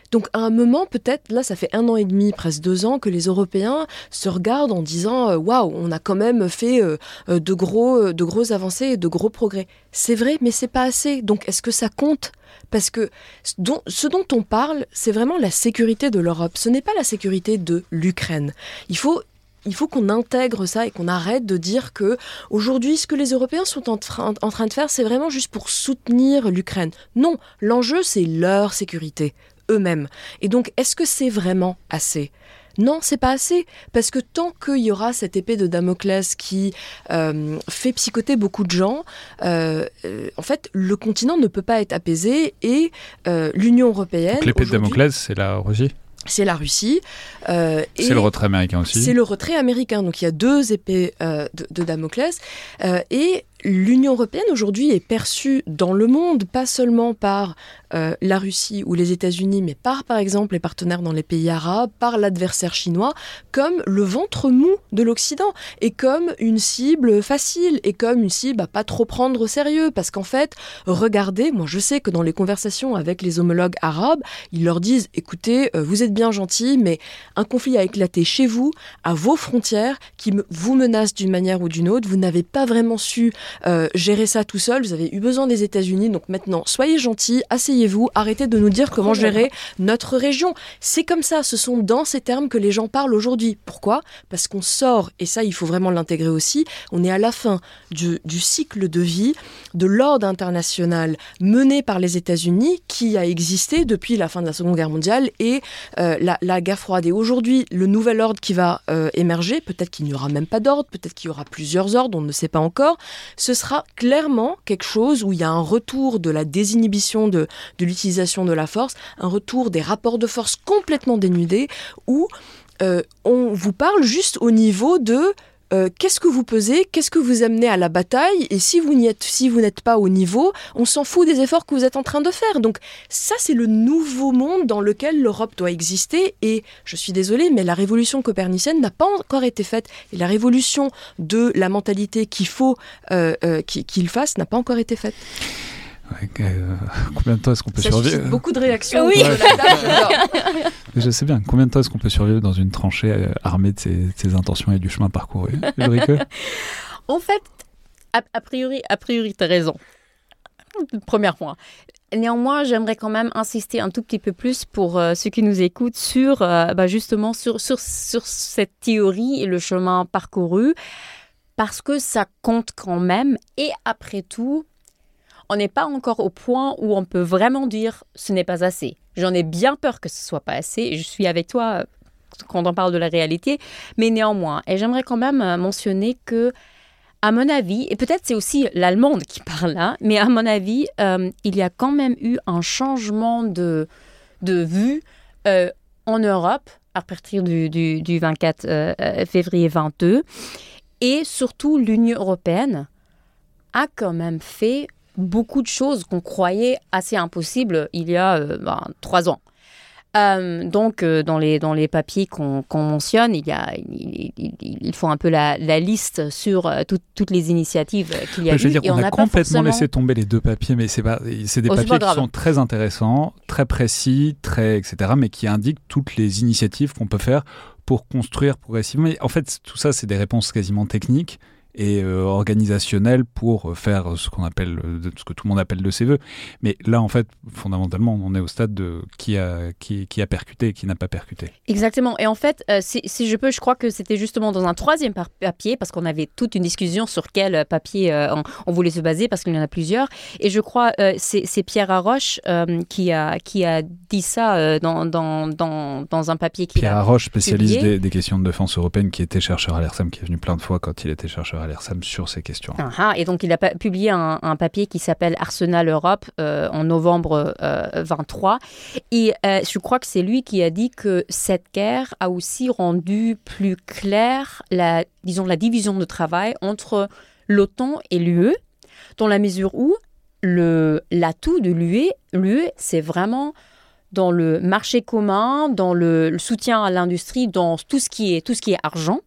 S4: Donc à un moment, peut-être, là ça fait un an et demi, presque deux ans, que les Européens se regardent en disant « Waouh, on a quand même fait euh, de, gros, de grosses avancées et de gros progrès ». C'est vrai, mais c'est pas assez. Donc est-ce que ça compte ? Parce que ce dont, ce dont on parle, c'est vraiment la sécurité de l'Europe. Ce n'est pas la sécurité de l'Ukraine. Il faut... Il faut qu'on intègre ça et qu'on arrête de dire que aujourd'hui, ce que les Européens sont en, tra- en train de faire, c'est vraiment juste pour soutenir l'Ukraine. Non, l'enjeu, c'est leur sécurité, eux-mêmes. Et donc, est-ce que c'est vraiment assez ? Non, c'est pas assez, parce que tant qu'il y aura cette épée de Damoclès qui euh, fait psychoter beaucoup de gens, euh, euh, en fait, le continent ne peut pas être apaisé et euh, l'Union européenne...
S1: Donc l'épée de Damoclès, c'est la Russie ?
S4: C'est la Russie.
S1: Euh, c'est le retrait américain aussi.
S4: C'est le retrait américain. Donc il y a deux épées euh, de, de Damoclès. Euh, et l'Union européenne aujourd'hui est perçue dans le monde, pas seulement par euh, la Russie ou les États-Unis, mais par, par exemple, les partenaires dans les pays arabes, par l'adversaire chinois, comme le ventre mou de l'Occident et comme une cible facile et comme une cible à pas trop prendre au sérieux. Parce qu'en fait, regardez, moi je sais que dans les conversations avec les homologues arabes, ils leur disent, écoutez, euh, vous êtes bien gentils, mais un conflit a éclaté chez vous, à vos frontières, qui me, vous menace d'une manière ou d'une autre, vous n'avez pas vraiment su Euh, gérer ça tout seul, vous avez eu besoin des États-Unis, donc maintenant soyez gentils, asseyez-vous, arrêtez de nous dire comment gérer notre région. C'est comme ça, ce sont dans ces termes que les gens parlent aujourd'hui. Pourquoi ? Parce qu'on sort, et ça il faut vraiment l'intégrer aussi, on est à la fin du, du cycle de vie de l'ordre international mené par les États-Unis qui a existé depuis la fin de la Seconde Guerre mondiale et euh, la, la guerre froide. Et aujourd'hui, le nouvel ordre qui va euh, émerger, peut-être qu'il n'y aura même pas d'ordre, peut-être qu'il y aura plusieurs ordres, on ne sait pas encore, ce sera clairement quelque chose où il y a un retour de la désinhibition de, de l'utilisation de la force, un retour des rapports de force complètement dénudés, où euh, on vous parle juste au niveau de euh, qu'est-ce que vous pesez, qu'est-ce que vous amenez à la bataille, et si vous, n'y êtes, si vous n'êtes pas au niveau, on s'en fout des efforts que vous êtes en train de faire. Donc ça, c'est le nouveau monde dans lequel l'Europe doit exister, et je suis désolée, mais la révolution copernicienne n'a pas encore été faite, et la révolution de la mentalité qu'il faut euh, euh, qu'il, qu'il fasse n'a pas encore été faite.
S1: Ouais, euh, combien de temps est-ce qu'on peut
S4: ça
S1: survivre ?
S4: Beaucoup de réactions.
S2: Oui.
S4: De la dame,
S1: je sais bien. Combien de temps est-ce qu'on peut survivre dans une tranchée euh, armée de ses, de ses intentions et du chemin parcouru ? Ulrike ?
S2: En fait, a, a priori, a priori, t'as raison. Premier point. Néanmoins, j'aimerais quand même insister un tout petit peu plus pour euh, ceux qui nous écoutent sur euh, bah justement sur, sur, sur cette théorie et le chemin parcouru, parce que ça compte quand même. Et après tout, on n'est pas encore au point où on peut vraiment dire ce n'est pas assez. J'en ai bien peur que ce soit pas assez. Je suis avec toi quand on parle de la réalité, mais néanmoins. Et j'aimerais quand même mentionner que, à mon avis, et peut-être c'est aussi l'allemande qui parle là, mais à mon avis, euh, il y a quand même eu un changement de, de vue euh, en Europe à partir du, du, du vingt-quatre euh, février vingt-deux. Et surtout, l'Union européenne a quand même fait beaucoup de choses qu'on croyait assez impossibles il y a euh, ben, trois ans. Euh, donc, euh, dans, les, dans les papiers qu'on, qu'on mentionne, il, y a, il, il, il faut un peu la, la liste sur euh, tout, toutes les initiatives qu'il y a
S1: ouais,
S2: eu.
S1: Je veux dire,
S2: et
S1: on,
S2: on
S1: a,
S2: a
S1: complètement
S2: forcément...
S1: laissé tomber les deux papiers, mais c'est, pas, c'est des oh, papiers c'est qui sont très intéressants, très précis, très, et cetera, mais qui indiquent toutes les initiatives qu'on peut faire pour construire progressivement. Mais en fait, tout ça, c'est des réponses quasiment techniques et euh, organisationnel pour faire ce qu'on appelle, ce que tout le monde appelle de ses voeux. Mais là, en fait, fondamentalement, on est au stade de qui a, qui, qui a percuté et qui n'a pas percuté.
S2: Exactement. Et en fait, euh, si, si je peux, je crois que c'était justement dans un troisième papier, parce qu'on avait toute une discussion sur quel papier euh, on, on voulait se baser, parce qu'il y en a plusieurs. Et je crois euh, c'est, c'est Pierre Haroche euh, qui, a, qui a dit ça euh, dans, dans, dans, dans un papier qu'il
S1: Pierre
S2: a
S1: Haroche, spécialiste
S2: des,
S1: des, des questions de défense européenne, qui était chercheur à l'ERSAM, qui est venu plein de fois quand il était chercheur à l'ERSAM sur ces questions.
S2: Ah, et donc, il a publié un, un papier qui s'appelle Arsenal Europe euh, en novembre euh, vingt-trois. Et euh, je crois que c'est lui qui a dit que cette guerre a aussi rendu plus claire la, disons, la division de travail entre l'OTAN et l'U E, dans la mesure où le, l'atout de l'U E, l'U E, c'est vraiment dans le marché commun, dans le, le soutien à l'industrie, dans tout ce qui est, tout ce qui est argent.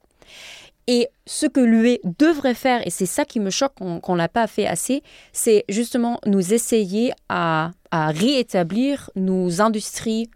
S2: Et ce que l'U E devrait faire, et c'est ça qui me choque qu'on, qu'on l'a pas fait assez, c'est justement nous essayer à, à réétablir nos industries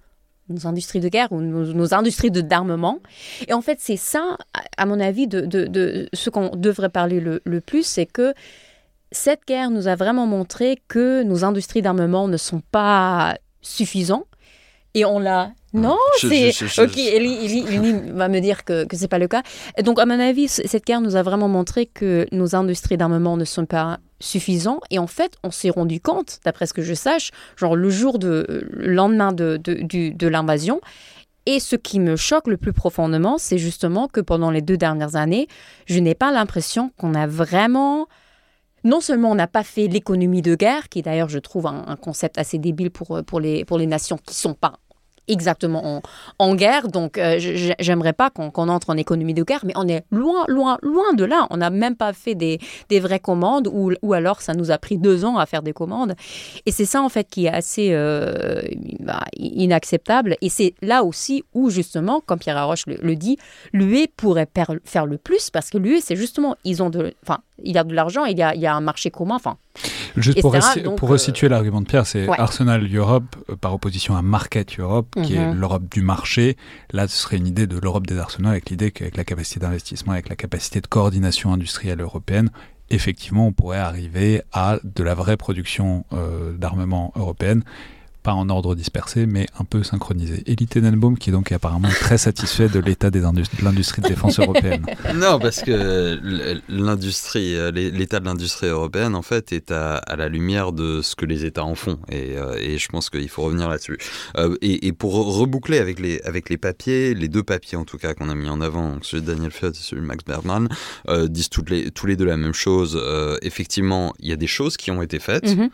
S2: nos industries de guerre ou nos, nos industries de, d'armement. Et en fait, c'est ça, à mon avis, de, de, de ce qu'on devrait parler le, le plus, c'est que cette guerre nous a vraiment montré que nos industries d'armement ne sont pas suffisantes. Et on l'a... Non,
S3: je,
S2: c'est...
S3: je, je, je,
S2: ok, Elie va me dire que ce n'est pas le cas. Donc, à mon avis, cette guerre nous a vraiment montré que nos industries d'armement ne sont pas suffisantes. Et en fait, on s'est rendu compte, d'après ce que je sache, genre le jour de... le lendemain de, de, de, de l'invasion. Et ce qui me choque le plus profondément, c'est justement que pendant les deux dernières années, je n'ai pas l'impression qu'on a vraiment... Non seulement on n'a pas fait l'économie de guerre, qui d'ailleurs, je trouve, un, un concept assez débile pour, pour, les, pour les nations qui ne sont pas exactement en, en guerre. Donc, euh, j'aimerais pas qu'on, qu'on entre en économie de guerre, mais on est loin, loin, loin de là. On n'a même pas fait des, des vraies commandes ou, ou alors ça nous a pris deux ans à faire des commandes. Et c'est ça, en fait, qui est assez euh, bah, inacceptable. Et c'est là aussi où, justement, comme Pierre Haroche le, le dit, l'U E pourrait per- faire le plus parce que l'U E, c'est justement, ils ont de... Enfin, il y a de l'argent, il y a, il y a un marché commun, enfin...
S1: Juste pour, resti- donc, pour resituer euh... l'argument de Pierre, c'est ouais. Arsenal Europe euh, par opposition à Market Europe, qui mm-hmm. est l'Europe du marché. Là, ce serait une idée de l'Europe des arsenaux avec l'idée qu'avec la capacité d'investissement, avec la capacité de coordination industrielle européenne, effectivement, on pourrait arriver à de la vraie production euh, d'armement européenne. Pas en ordre dispersé, mais un peu synchronisé. Elie Tenenbaum, qui est donc apparemment très satisfait de l'état des industries, de l'industrie de défense européenne.
S3: Non, parce que l'industrie, l'état de l'industrie européenne, en fait, est à, à la lumière de ce que les États en font. Et, et je pense qu'il faut revenir là-dessus. Et, et pour reboucler avec les, avec les papiers, les deux papiers en tout cas qu'on a mis en avant, celui de Daniel Fiott et celui de Max Bergman, euh, disent toutes les, tous les deux la même chose. Euh, effectivement, il y a des choses qui ont été faites. Mm-hmm.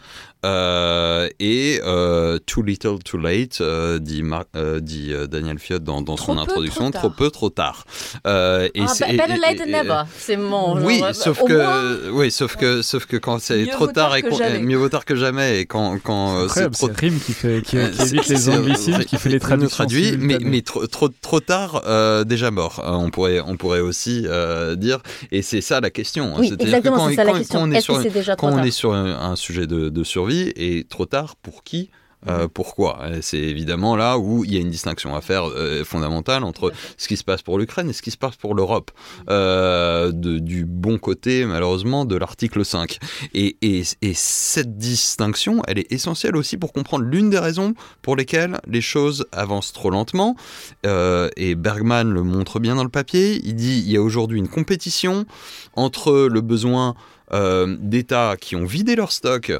S3: Euh, et euh, too little, too late, euh, dit, Mar- euh, dit euh, Daniel Fiott dans, dans son peu, introduction, trop, trop peu, trop tard.
S2: Euh, et ah, c'est, better et, late than never, c'est mon.
S3: Oui,
S2: genre,
S3: sauf que, moins, oui, sauf que, sauf que quand c'est trop tard, et qu'on, mieux vaut tard que jamais, et quand, quand
S1: c'est, c'est trop c'est Rime qui fait, qui, qui évite les anglicismes, qui fait les traductions.
S3: Traduit, mais, mais trop, trop, trop tard, euh, déjà mort. Euh, on pourrait, on pourrait aussi euh, dire, et c'est ça la question.
S2: Oui, exactement, c'est ça la question. Quand on est sur,
S3: quand on est sur un sujet de, de survie. Et trop tard pour qui ? Euh, pourquoi ? C'est évidemment là où il y a une distinction à faire euh, fondamentale entre ce qui se passe pour l'Ukraine et ce qui se passe pour l'Europe. Euh, de, du bon côté, malheureusement, de l'article cinq. Et, et, et cette distinction, elle est essentielle aussi pour comprendre l'une des raisons pour lesquelles les choses avancent trop lentement. Euh, et Bergman le montre bien dans le papier. Il dit il y a aujourd'hui une compétition entre le besoin Euh, d'États qui ont vidé leur stock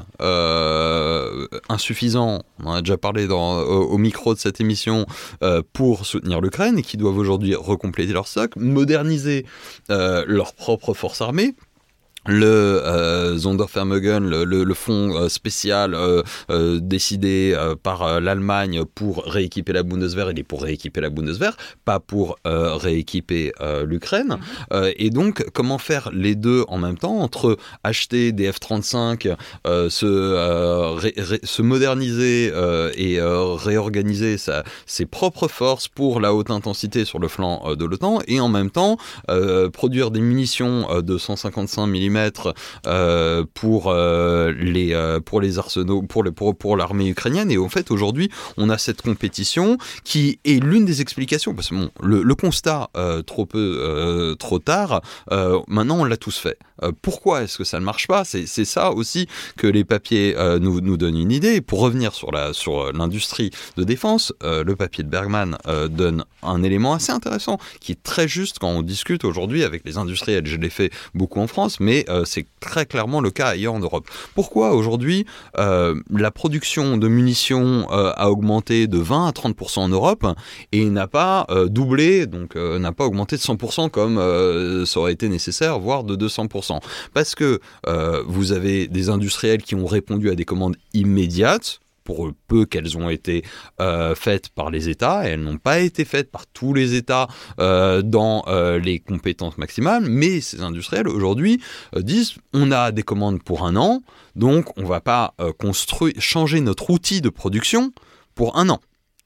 S3: euh, insuffisant, on en a déjà parlé dans, au, au micro de cette émission, euh, pour soutenir l'Ukraine et qui doivent aujourd'hui recompléter leur stock, moderniser euh, leur propre force armée. Le euh, Sondervermögen, le, le, le fonds euh, spécial euh, euh, décidé euh, par euh, l'Allemagne pour rééquiper la Bundeswehr, il est pour rééquiper la Bundeswehr, pas pour euh, rééquiper euh, l'Ukraine. Euh, et donc, comment faire les deux en même temps, entre acheter des F trente-cinq, euh, se, euh, ré, ré, se moderniser euh, et euh, réorganiser sa, ses propres forces pour la haute intensité sur le flanc euh, de l'OTAN, et en même temps euh, produire des munitions euh, de cent cinquante-cinq millimètres Euh, pour, euh, les, euh, pour les arsenaux, pour, les, pour, pour l'armée ukrainienne. Et en fait, aujourd'hui, on a cette compétition qui est l'une des explications. Parce que bon, le, le constat, euh, trop peu, euh, trop tard, euh, maintenant, on l'a tous fait. Euh, pourquoi est-ce que ça ne marche pas ? c'est, c'est ça aussi que les papiers euh, nous, nous donnent une idée. Pour revenir sur, la, sur l'industrie de défense, euh, le papier de Bergman euh, donne un élément assez intéressant qui est très juste quand on discute aujourd'hui avec les industriels. Je l'ai fait beaucoup en France, mais euh, c'est très clairement le cas ailleurs en Europe. Pourquoi aujourd'hui euh, la production de munitions euh, a augmenté de vingt à trente pour cent en Europe et n'a pas euh, doublé, donc euh, n'a pas augmenté de cent pour cent comme euh, ça aurait été nécessaire, voire de deux cents pour cent. Parce que euh, vous avez des industriels qui ont répondu à des commandes immédiates, pour peu qu'elles ont été euh, faites par les États, et elles n'ont pas été faites par tous les États euh, dans euh, les compétences maximales, mais ces industriels aujourd'hui euh, disent on a des commandes pour un an, donc on ne va pas euh, construire, changer notre outil de production pour un an.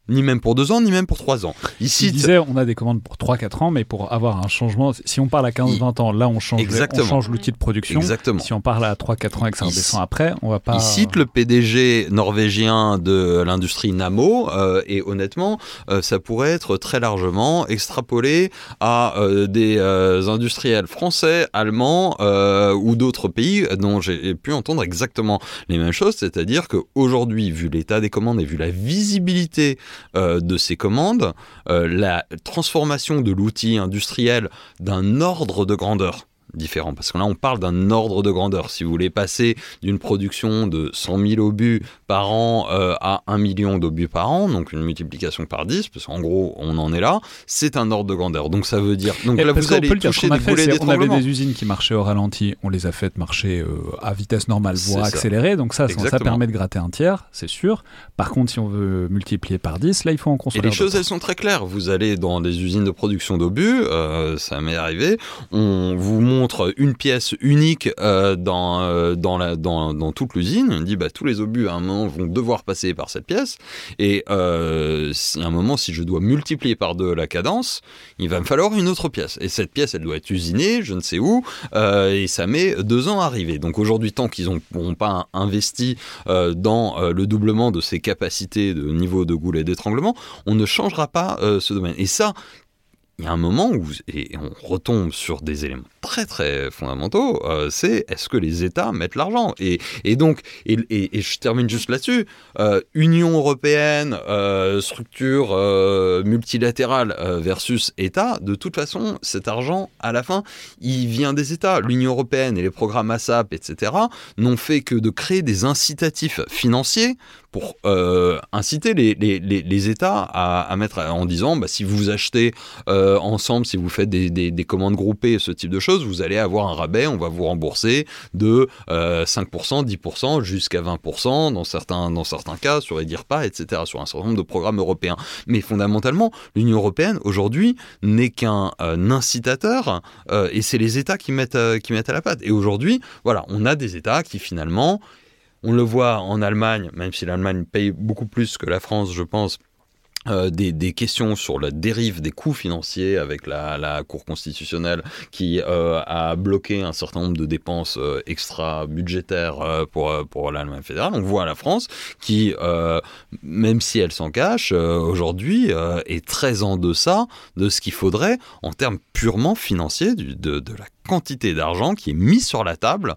S3: Ni même pour deux ans, ni même pour trois ans. Ici,
S1: il disait on a des commandes pour trois quatre ans, mais pour avoir un changement, si on parle à quinze vingt ans, là on change, on change l'outil de production.
S3: Exactement.
S1: Si on parle à trois quatre ans et que ça redescend après, on va pas...
S3: Il cite le P D G norvégien de l'industrie Nammo, euh, et honnêtement, euh, ça pourrait être très largement extrapolé à euh, des euh, industriels français, allemands euh, ou d'autres pays dont j'ai pu entendre exactement les mêmes choses, c'est-à-dire qu'aujourd'hui, vu l'état des commandes et vu la visibilité Euh, de ces commandes, euh, la transformation de l'outil industriel d'un ordre de grandeur différent, parce que là on parle d'un ordre de grandeur. Si vous voulez passer d'une production de cent mille obus par an euh, à un million d'obus par an, donc une multiplication par dix, parce qu'en gros on en est là, c'est un ordre de grandeur. Donc ça veut dire, donc
S1: et
S3: là vous allez toucher des goulets d'étranglement.
S1: On avait des usines qui marchaient au ralenti, on les a faites marcher euh, à vitesse normale, voire accélérée, donc ça, ça, ça permet de gratter un tiers, c'est sûr. Par contre, si on veut multiplier par dix, là il faut en construire.
S3: Et les choses elles sont très claires, vous allez dans des usines de production d'obus, euh, ça m'est arrivé, on vous montre une pièce unique euh, dans, euh, dans, la, dans, dans toute l'usine. On dit bah, tous les obus à un moment vont devoir passer par cette pièce, et euh, si, à un moment si je dois multiplier par deux la cadence, il va me falloir une autre pièce, et cette pièce elle doit être usinée je ne sais où, euh, et ça met deux ans à arriver. Donc aujourd'hui, tant qu'ils n'auront pas investi euh, dans euh, le doublement de ces capacités de niveau de goulet d'étranglement, on ne changera pas euh, ce domaine. Et ça, il y a un moment où, et on retombe sur des éléments très très fondamentaux, euh, c'est est-ce que les États mettent l'argent, et, et donc, et, et, et je termine juste là-dessus, euh, Union européenne, euh, structure euh, multilatérale euh, versus État, de toute façon, cet argent, à la fin, il vient des États. L'Union européenne et les programmes ASAP, et cetera, n'ont fait que de créer des incitatifs financiers pour euh, inciter les, les, les, les États à, à mettre, en disant, bah, si vous achetez euh, ensemble, si vous faites des, des, des commandes groupées, ce type de choses, vous allez avoir un rabais, on va vous rembourser de euh, cinq pour cent, dix pour cent, jusqu'à vingt pour cent dans certains, dans certains cas, sur les DIRPA, et cetera, sur un certain nombre de programmes européens. Mais fondamentalement, l'Union européenne, aujourd'hui, n'est qu'un euh, incitateur, euh, et c'est les États qui mettent, euh, qui mettent à la patte. Et aujourd'hui, voilà, on a des États qui, finalement, on le voit en Allemagne, même si l'Allemagne paye beaucoup plus que la France, je pense, Euh, des, des questions sur la dérive des coûts financiers avec la, la Cour constitutionnelle qui euh, a bloqué un certain nombre de dépenses euh, extra-budgétaires euh, pour, pour l'Allemagne fédérale. On voit la France qui, euh, même si elle s'en cache, euh, aujourd'hui euh, est très en deçà de ce qu'il faudrait en termes purement financiers du, de, de la quantité d'argent qui est mis sur la table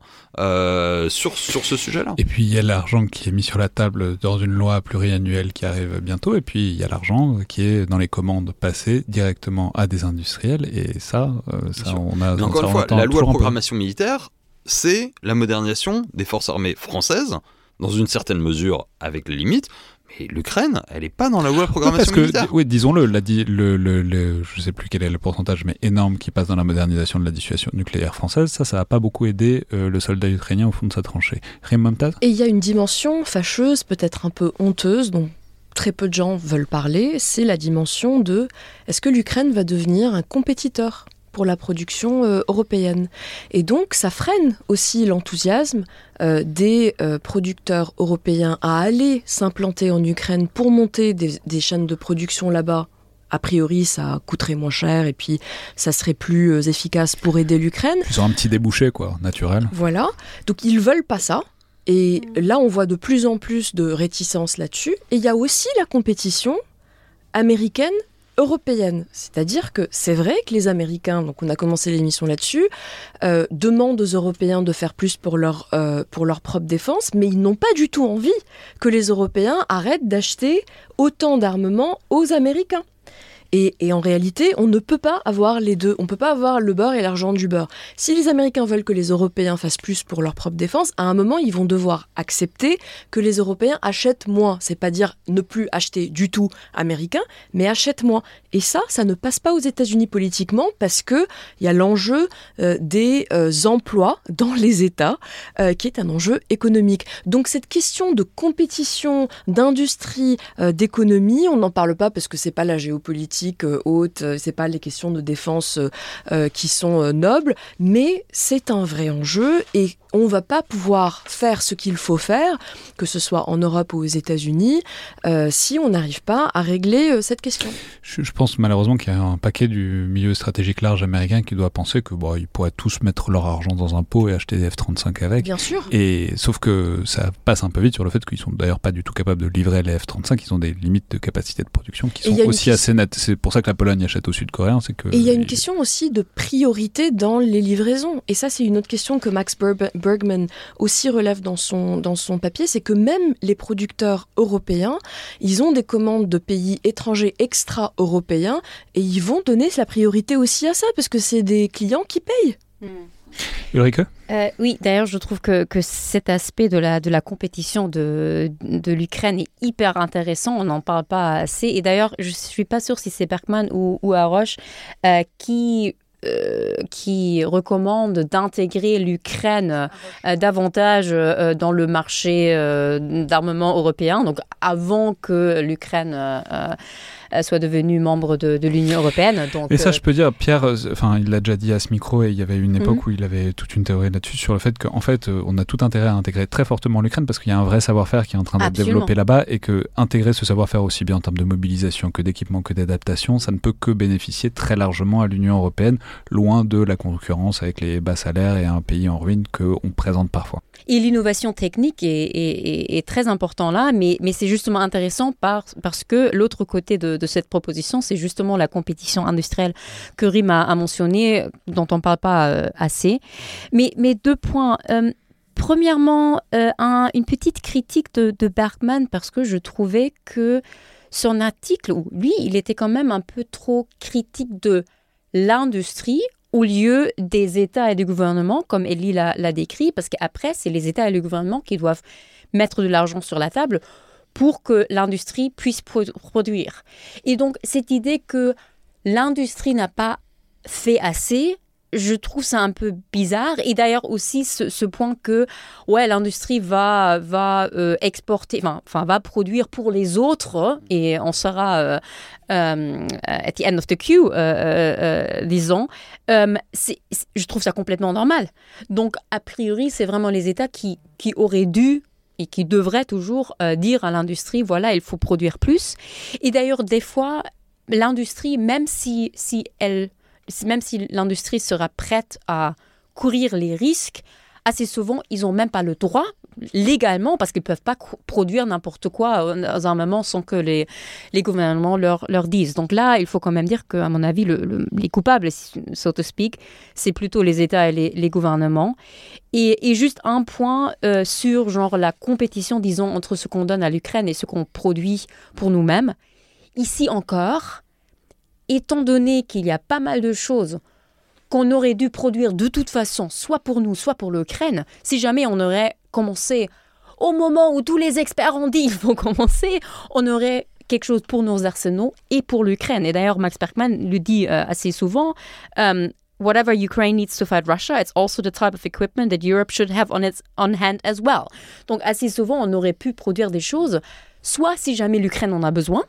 S3: euh, sur, sur ce sujet-là.
S1: Et puis il y a l'argent qui est mis sur la table dans une loi pluriannuelle qui arrive bientôt, et puis il y a l'argent qui est dans les commandes passées directement à des industriels, et ça, euh, ça on a...
S3: Mais encore
S1: ça,
S3: une fois, la loi de programmation militaire, c'est la modernisation des forces armées françaises, dans une certaine mesure avec les limites. Et l'Ukraine, elle n'est pas dans la loi de programmation
S1: oui, parce que,
S3: militaire.
S1: Oui, disons-le, la, le, le, le, je ne sais plus quel est le pourcentage, mais énorme, qui passe dans la modernisation de la dissuasion nucléaire française, ça, ça n'a pas beaucoup aidé euh, le soldat ukrainien au fond de sa tranchée. Rime Momtaz ?
S4: Et il y a une dimension fâcheuse, peut-être un peu honteuse, dont très peu de gens veulent parler, c'est la dimension de est-ce que l'Ukraine va devenir un compétiteur pour la production euh, européenne. Et donc, ça freine aussi l'enthousiasme euh, des euh, producteurs européens à aller s'implanter en Ukraine pour monter des, des chaînes de production là-bas. A priori, ça coûterait moins cher et puis ça serait plus euh, efficace pour aider l'Ukraine.
S1: Ils ont un petit débouché, quoi, naturel.
S4: Voilà. Donc, ils veulent pas ça. Et là, on voit de plus en plus de réticence là-dessus. Et il y a aussi la compétition américaine européenne. C'est-à-dire que c'est vrai que les Américains, donc on a commencé l'émission là-dessus, euh, demandent aux Européens de faire plus pour leur, euh, pour leur propre défense, mais ils n'ont pas du tout envie que les Européens arrêtent d'acheter autant d'armements aux Américains. Et, et en réalité, on ne peut pas avoir les deux. On ne peut pas avoir le beurre et l'argent du beurre. Si les Américains veulent que les Européens fassent plus pour leur propre défense, à un moment, ils vont devoir accepter que les Européens achètent moins. C'est pas dire ne plus acheter du tout américain, mais achètent moins. Et ça, ça ne passe pas aux États-Unis politiquement parce qu'il y a l'enjeu euh, des euh, emplois dans les États, euh, qui est un enjeu économique. Donc cette question de compétition, d'industrie, euh, d'économie, on n'en parle pas parce que c'est pas la géopolitique haute, c'est pas les questions de défense euh, qui sont euh, nobles, mais c'est un vrai enjeu et on ne va pas pouvoir faire ce qu'il faut faire, que ce soit en Europe ou aux États-Unis, euh, si on n'arrive pas à régler euh, cette question.
S1: Je, je pense malheureusement qu'il y a un paquet du milieu stratégique large américain qui doit penser que bon, ils pourraient tous mettre leur argent dans un pot et acheter des F trente-cinq avec.
S4: Bien sûr.
S1: Et sauf que ça passe un peu vite sur le fait qu'ils sont d'ailleurs pas du tout capables de livrer les F trente-cinq. Ils ont des limites de capacité de production qui sont aussi assez nettes. C'est pour ça que la Pologne achète aux Sud-Coréens. C'est que
S4: et il y a une question aussi de priorité dans les livraisons. Et ça, c'est une autre question que Max Bergman aussi relève dans son, dans son papier, c'est que même les producteurs européens, ils ont des commandes de pays étrangers extra-européens et ils vont donner la priorité aussi à ça, parce que c'est des clients qui payent.
S2: Mm.
S1: Ulrike ?
S2: Euh, oui, d'ailleurs, je trouve que, que cet aspect de la, de la compétition de, de l'Ukraine est hyper intéressant. On n'en parle pas assez. Et d'ailleurs, je ne suis pas sûre si c'est Bergman ou, ou Haroche euh, qui... Euh, qui recommande d'intégrer l'Ukraine euh, davantage euh, dans le marché euh, d'armement européen, donc avant que l'Ukraine euh, euh, soit devenue membre de, de l'Union européenne. Donc,
S1: et ça,
S2: euh...
S1: je peux dire, Pierre, enfin, il l'a déjà dit à ce micro, et il y avait une époque mm-hmm. où il avait toute une théorie là-dessus, sur le fait qu'en fait, on a tout intérêt à intégrer très fortement l'Ukraine, parce qu'il y a un vrai savoir-faire qui est en train d'être
S2: Absolument.
S1: développé là-bas, et que intégrer ce savoir-faire aussi bien en termes de mobilisation que d'équipement que d'adaptation, ça ne peut que bénéficier très largement à l'Union européenne, loin de la concurrence avec les bas salaires et un pays en ruine qu'on présente parfois.
S2: Et l'innovation technique est, est, est, est très importante là, mais, mais c'est justement intéressant par, parce que l'autre côté de, de cette proposition, c'est justement la compétition industrielle que Rim a, a mentionné, dont on ne parle pas euh, assez. Mais, mais deux points. Euh, premièrement, euh, un, une petite critique de, de Bergman, parce que je trouvais que son article, lui, il était quand même un peu trop critique de l'industrie au lieu des États et des gouvernements, comme Elie l'a, l'a décrit, parce qu'après, c'est les États et les gouvernements qui doivent mettre de l'argent sur la table pour que l'industrie puisse pro- produire. Et donc, cette idée que l'industrie n'a pas fait assez, je trouve ça un peu bizarre. Et d'ailleurs aussi ce, ce point que ouais, l'industrie va, va euh, exporter, enfin va produire pour les autres et on sera euh, euh, at the end of the queue, euh, euh, disons. Euh, c'est, c'est, je trouve ça complètement normal. Donc a priori, c'est vraiment les États qui, qui auraient dû et qui devraient toujours euh, dire à l'industrie, voilà, il faut produire plus. Et d'ailleurs, des fois, l'industrie, même si, si elle... même si l'industrie sera prête à courir les risques, assez souvent, ils n'ont même pas le droit, légalement, parce qu'ils ne peuvent pas cr- produire n'importe quoi dans un moment sans que les, les gouvernements leur, leur disent. Donc là, il faut quand même dire qu'à mon avis, le, le, les coupables, so to speak, c'est plutôt les États et les, les gouvernements. Et, et juste un point euh, sur genre, la compétition, disons, entre ce qu'on donne à l'Ukraine et ce qu'on produit pour nous-mêmes. Ici encore... étant donné qu'il y a pas mal de choses qu'on aurait dû produire de toute façon, soit pour nous, soit pour l'Ukraine, si jamais on aurait commencé au moment où tous les experts ont dit qu'il faut commencer, on aurait quelque chose pour nos arsenaux et pour l'Ukraine. Et d'ailleurs, Max Bergman le dit euh, assez souvent, um, whatever Ukraine needs to fight Russia, it's also the type of equipment that Europe should have on its on hand as well. Donc assez souvent, on aurait pu produire des choses, soit si jamais l'Ukraine en a besoin,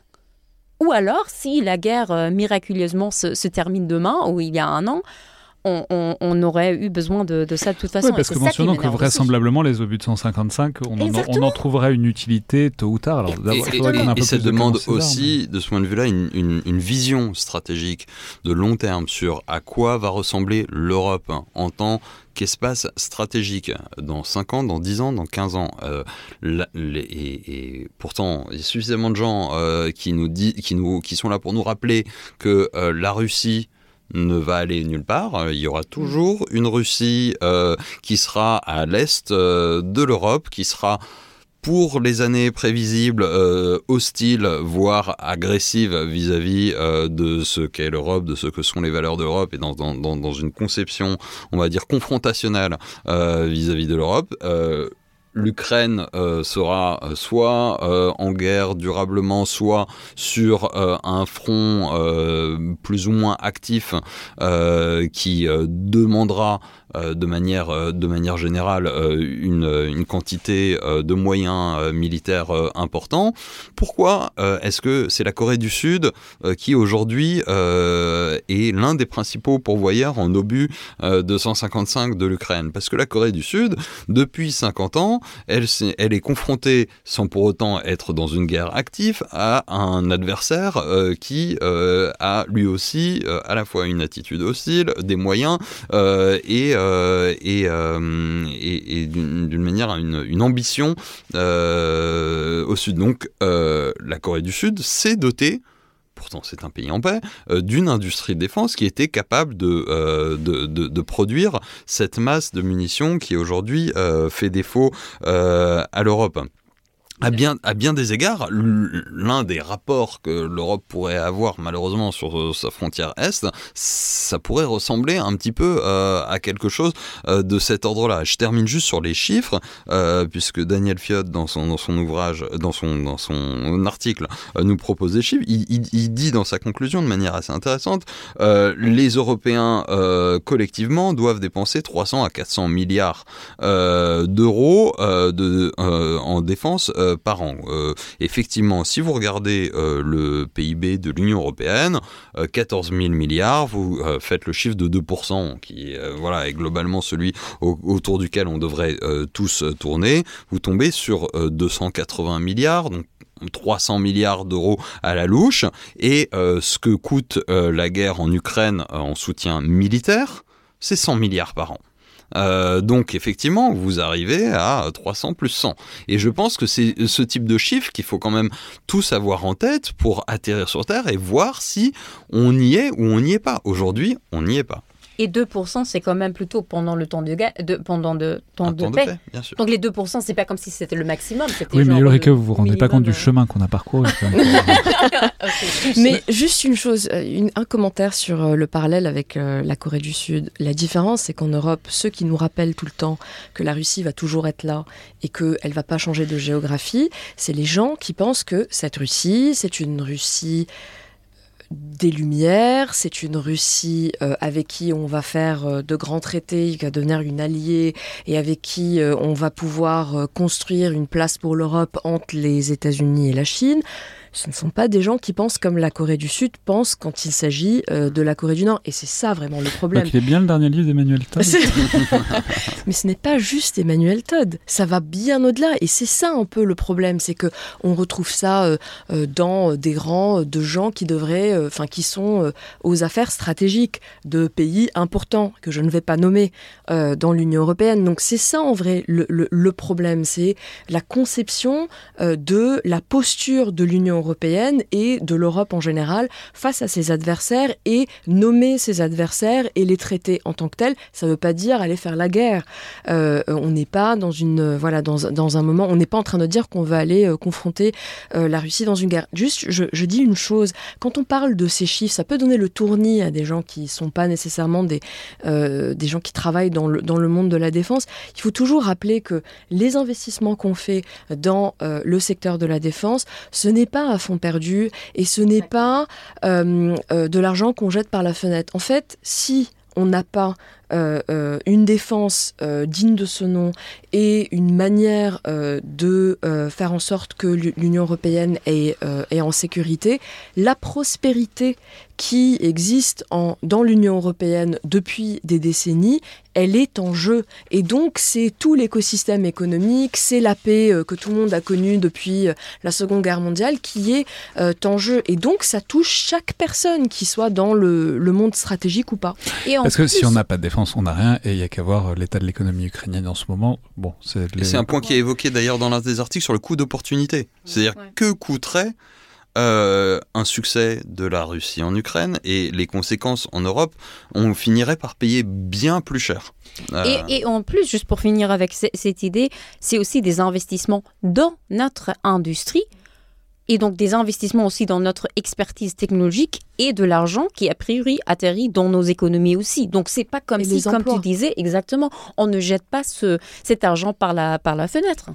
S2: ou alors, si la guerre euh, miraculeusement se, se termine demain, ou il y a un an, on, on, on aurait eu besoin de, de ça de toute façon.
S1: Oui, parce que mentionnons que vraisemblablement, les obus de cent cinquante-cinq, on en, on en trouverait une utilité tôt ou tard. Alors,
S3: et et, et, et ça demande aussi, de ce point de vue-là, une, une, une vision stratégique de long terme sur à quoi va ressembler l'Europe hein, en tant qu'espace stratégique dans cinq ans, dans dix ans, dans quinze ans. Euh, la, les, et, et pourtant, il y a suffisamment de gens euh, qui, nous dit, qui, nous, qui sont là pour nous rappeler que euh, la Russie ne va aller nulle part. Il y aura toujours une Russie euh, qui sera à l'est euh, de l'Europe, qui sera pour les années prévisibles, euh, hostile, voire agressive vis-à-vis euh, de ce qu'est l'Europe, de ce que sont les valeurs d'Europe, et dans, dans, dans une conception, on va dire, confrontationnelle euh, vis-à-vis de l'Europe. Euh, l'Ukraine euh, sera euh, soit euh, en guerre durablement, soit sur euh, un front euh, plus ou moins actif euh, qui euh, demandera euh, de manière euh, de manière générale euh, une une quantité euh, de moyens euh, militaires euh, importants. Pourquoi euh, est-ce que c'est la Corée du Sud euh, qui aujourd'hui euh, est l'un des principaux pourvoyeurs en obus euh, deux cent cinquante-cinq de l'Ukraine? Parce que la Corée du Sud, depuis cinquante ans, elle, elle est confrontée, sans pour autant être dans une guerre active, à un adversaire euh, qui euh, a lui aussi euh, à la fois une attitude hostile, des moyens euh, et, euh, et, euh, et, et d'une, d'une manière une, une ambition euh, au Sud. Donc euh, la Corée du Sud s'est dotée, pourtant c'est un pays en paix, euh, d'une industrie de défense qui était capable de, euh, de, de, de produire cette masse de munitions qui aujourd'hui euh, fait défaut euh, à l'Europe. À bien, à bien des égards, l'un des rapports que l'Europe pourrait avoir malheureusement sur sa frontière Est, ça pourrait ressembler un petit peu euh, à quelque chose euh, de cet ordre-là. Je termine juste sur les chiffres, euh, puisque Daniel Fiot, dans son, dans son ouvrage, dans son, dans son article, euh, nous propose des chiffres. Il, il, il dit dans sa conclusion de manière assez intéressante, euh, les Européens euh, collectivement doivent dépenser trois cents à quatre cents milliards euh, d'euros euh, de, euh, en défense euh, par an. Euh, effectivement, si vous regardez euh, le P I B de l'Union européenne, euh, quatorze mille milliards, vous euh, faites le chiffre de deux pour cent, qui euh, voilà, est globalement celui au, autour duquel on devrait euh, tous tourner, vous tombez sur euh, deux cent quatre-vingts milliards, donc trois cents milliards d'euros à la louche, et euh, ce que coûte euh, la guerre en Ukraine euh, en soutien militaire, c'est cent milliards par an. Euh, donc effectivement, vous arrivez à trois cents plus cent. Et je pense que c'est ce type de chiffre qu'il faut quand même tous avoir en tête pour atterrir sur Terre et voir si on y est ou on n'y est pas. Aujourd'hui, on n'y est pas.
S2: Et deux pour cent, c'est quand même plutôt pendant le temps de, ga- de, pendant de, temps
S3: Un
S2: de
S3: temps
S2: paix.
S3: de paix, bien sûr.
S2: Donc les deux pour cent, c'est pas comme si c'était le maximum. C'était
S1: Oui, mais
S2: genre
S1: Ulrike,
S2: le
S1: vous vous rendez pas compte du
S2: minimum,
S1: chemin qu'on a parcouru.
S2: Okay.
S4: Mais juste une chose, une, un commentaire sur euh, le parallèle avec euh, la Corée du Sud. La différence, c'est qu'en Europe, ceux qui nous rappellent tout le temps que la Russie va toujours être là et qu'elle ne va pas changer de géographie, c'est les gens qui pensent que cette Russie, c'est une Russie des Lumières, c'est une Russie euh, avec qui on va faire euh, de grands traités, qui va devenir une alliée et avec qui euh, on va pouvoir euh, construire une place pour l'Europe entre les États-Unis et la Chine. Ce ne sont pas des gens qui pensent comme la Corée du Sud pense quand il s'agit euh, de la Corée du Nord. Et c'est ça vraiment le problème.
S1: Donc il est bien le dernier livre d'Emmanuel Todd.
S4: Mais ce n'est pas juste Emmanuel Todd. Ça va bien au-delà. Et c'est ça un peu le problème. C'est qu'on retrouve ça euh, euh, dans des rangs de gens qui devraient, enfin, euh, qui sont euh, aux affaires stratégiques de pays importants, que je ne vais pas nommer, euh, dans l'Union européenne. Donc c'est ça en vrai le, le, le problème. C'est la conception euh, de la posture de l'Union européenne et de l'Europe en général face à ses adversaires, et nommer ses adversaires et les traiter en tant que tels, ça ne veut pas dire aller faire la guerre. Euh, on n'est pas dans une voilà dans, dans un moment, on n'est pas en train de dire qu'on va aller euh, confronter euh, la Russie dans une guerre. Juste, je, je dis une chose, quand on parle de ces chiffres, ça peut donner le tournis à des gens qui ne sont pas nécessairement des, euh, des gens qui travaillent dans le, dans le monde de la défense. Il faut toujours rappeler que les investissements qu'on fait dans euh, le secteur de la défense, ce n'est pas à fond perdu et ce n'est pas euh, euh, de l'argent qu'on jette par la fenêtre. En fait, si on n'a pas euh, euh, une défense euh, digne de ce nom et une manière euh, de euh, faire en sorte que l'Union européenne est, euh, est en sécurité, la prospérité qui existe en, dans l'Union européenne depuis des décennies, elle est en jeu. Et donc, c'est tout l'écosystème économique, c'est la paix euh, que tout le monde a connue depuis euh, la Seconde Guerre mondiale qui est euh, en jeu. Et donc, ça touche chaque personne, qui soit dans le, le monde stratégique ou pas.
S2: Et en
S1: Parce que
S2: plus,
S1: si on n'a pas de défense, on n'a rien, et il n'y a qu'à voir l'état de l'économie ukrainienne en ce moment. Bon, c'est, les...
S3: c'est un point qui est évoqué d'ailleurs dans l'un des articles sur le coût d'opportunité. C'est-à-dire
S2: ouais. que
S3: coûterait Euh, un succès de la Russie en Ukraine, et les conséquences en Europe, on finirait par payer bien plus cher. Euh...
S2: Et, et en plus, juste pour finir avec c- cette idée, c'est aussi des investissements dans notre industrie. et donc des investissements aussi dans notre expertise technologique et de l'argent qui, a priori, atterrit dans nos économies aussi. Donc, c'est pas comme
S4: et
S2: si, comme tu disais, exactement, on ne jette pas ce, cet argent par la, par la fenêtre.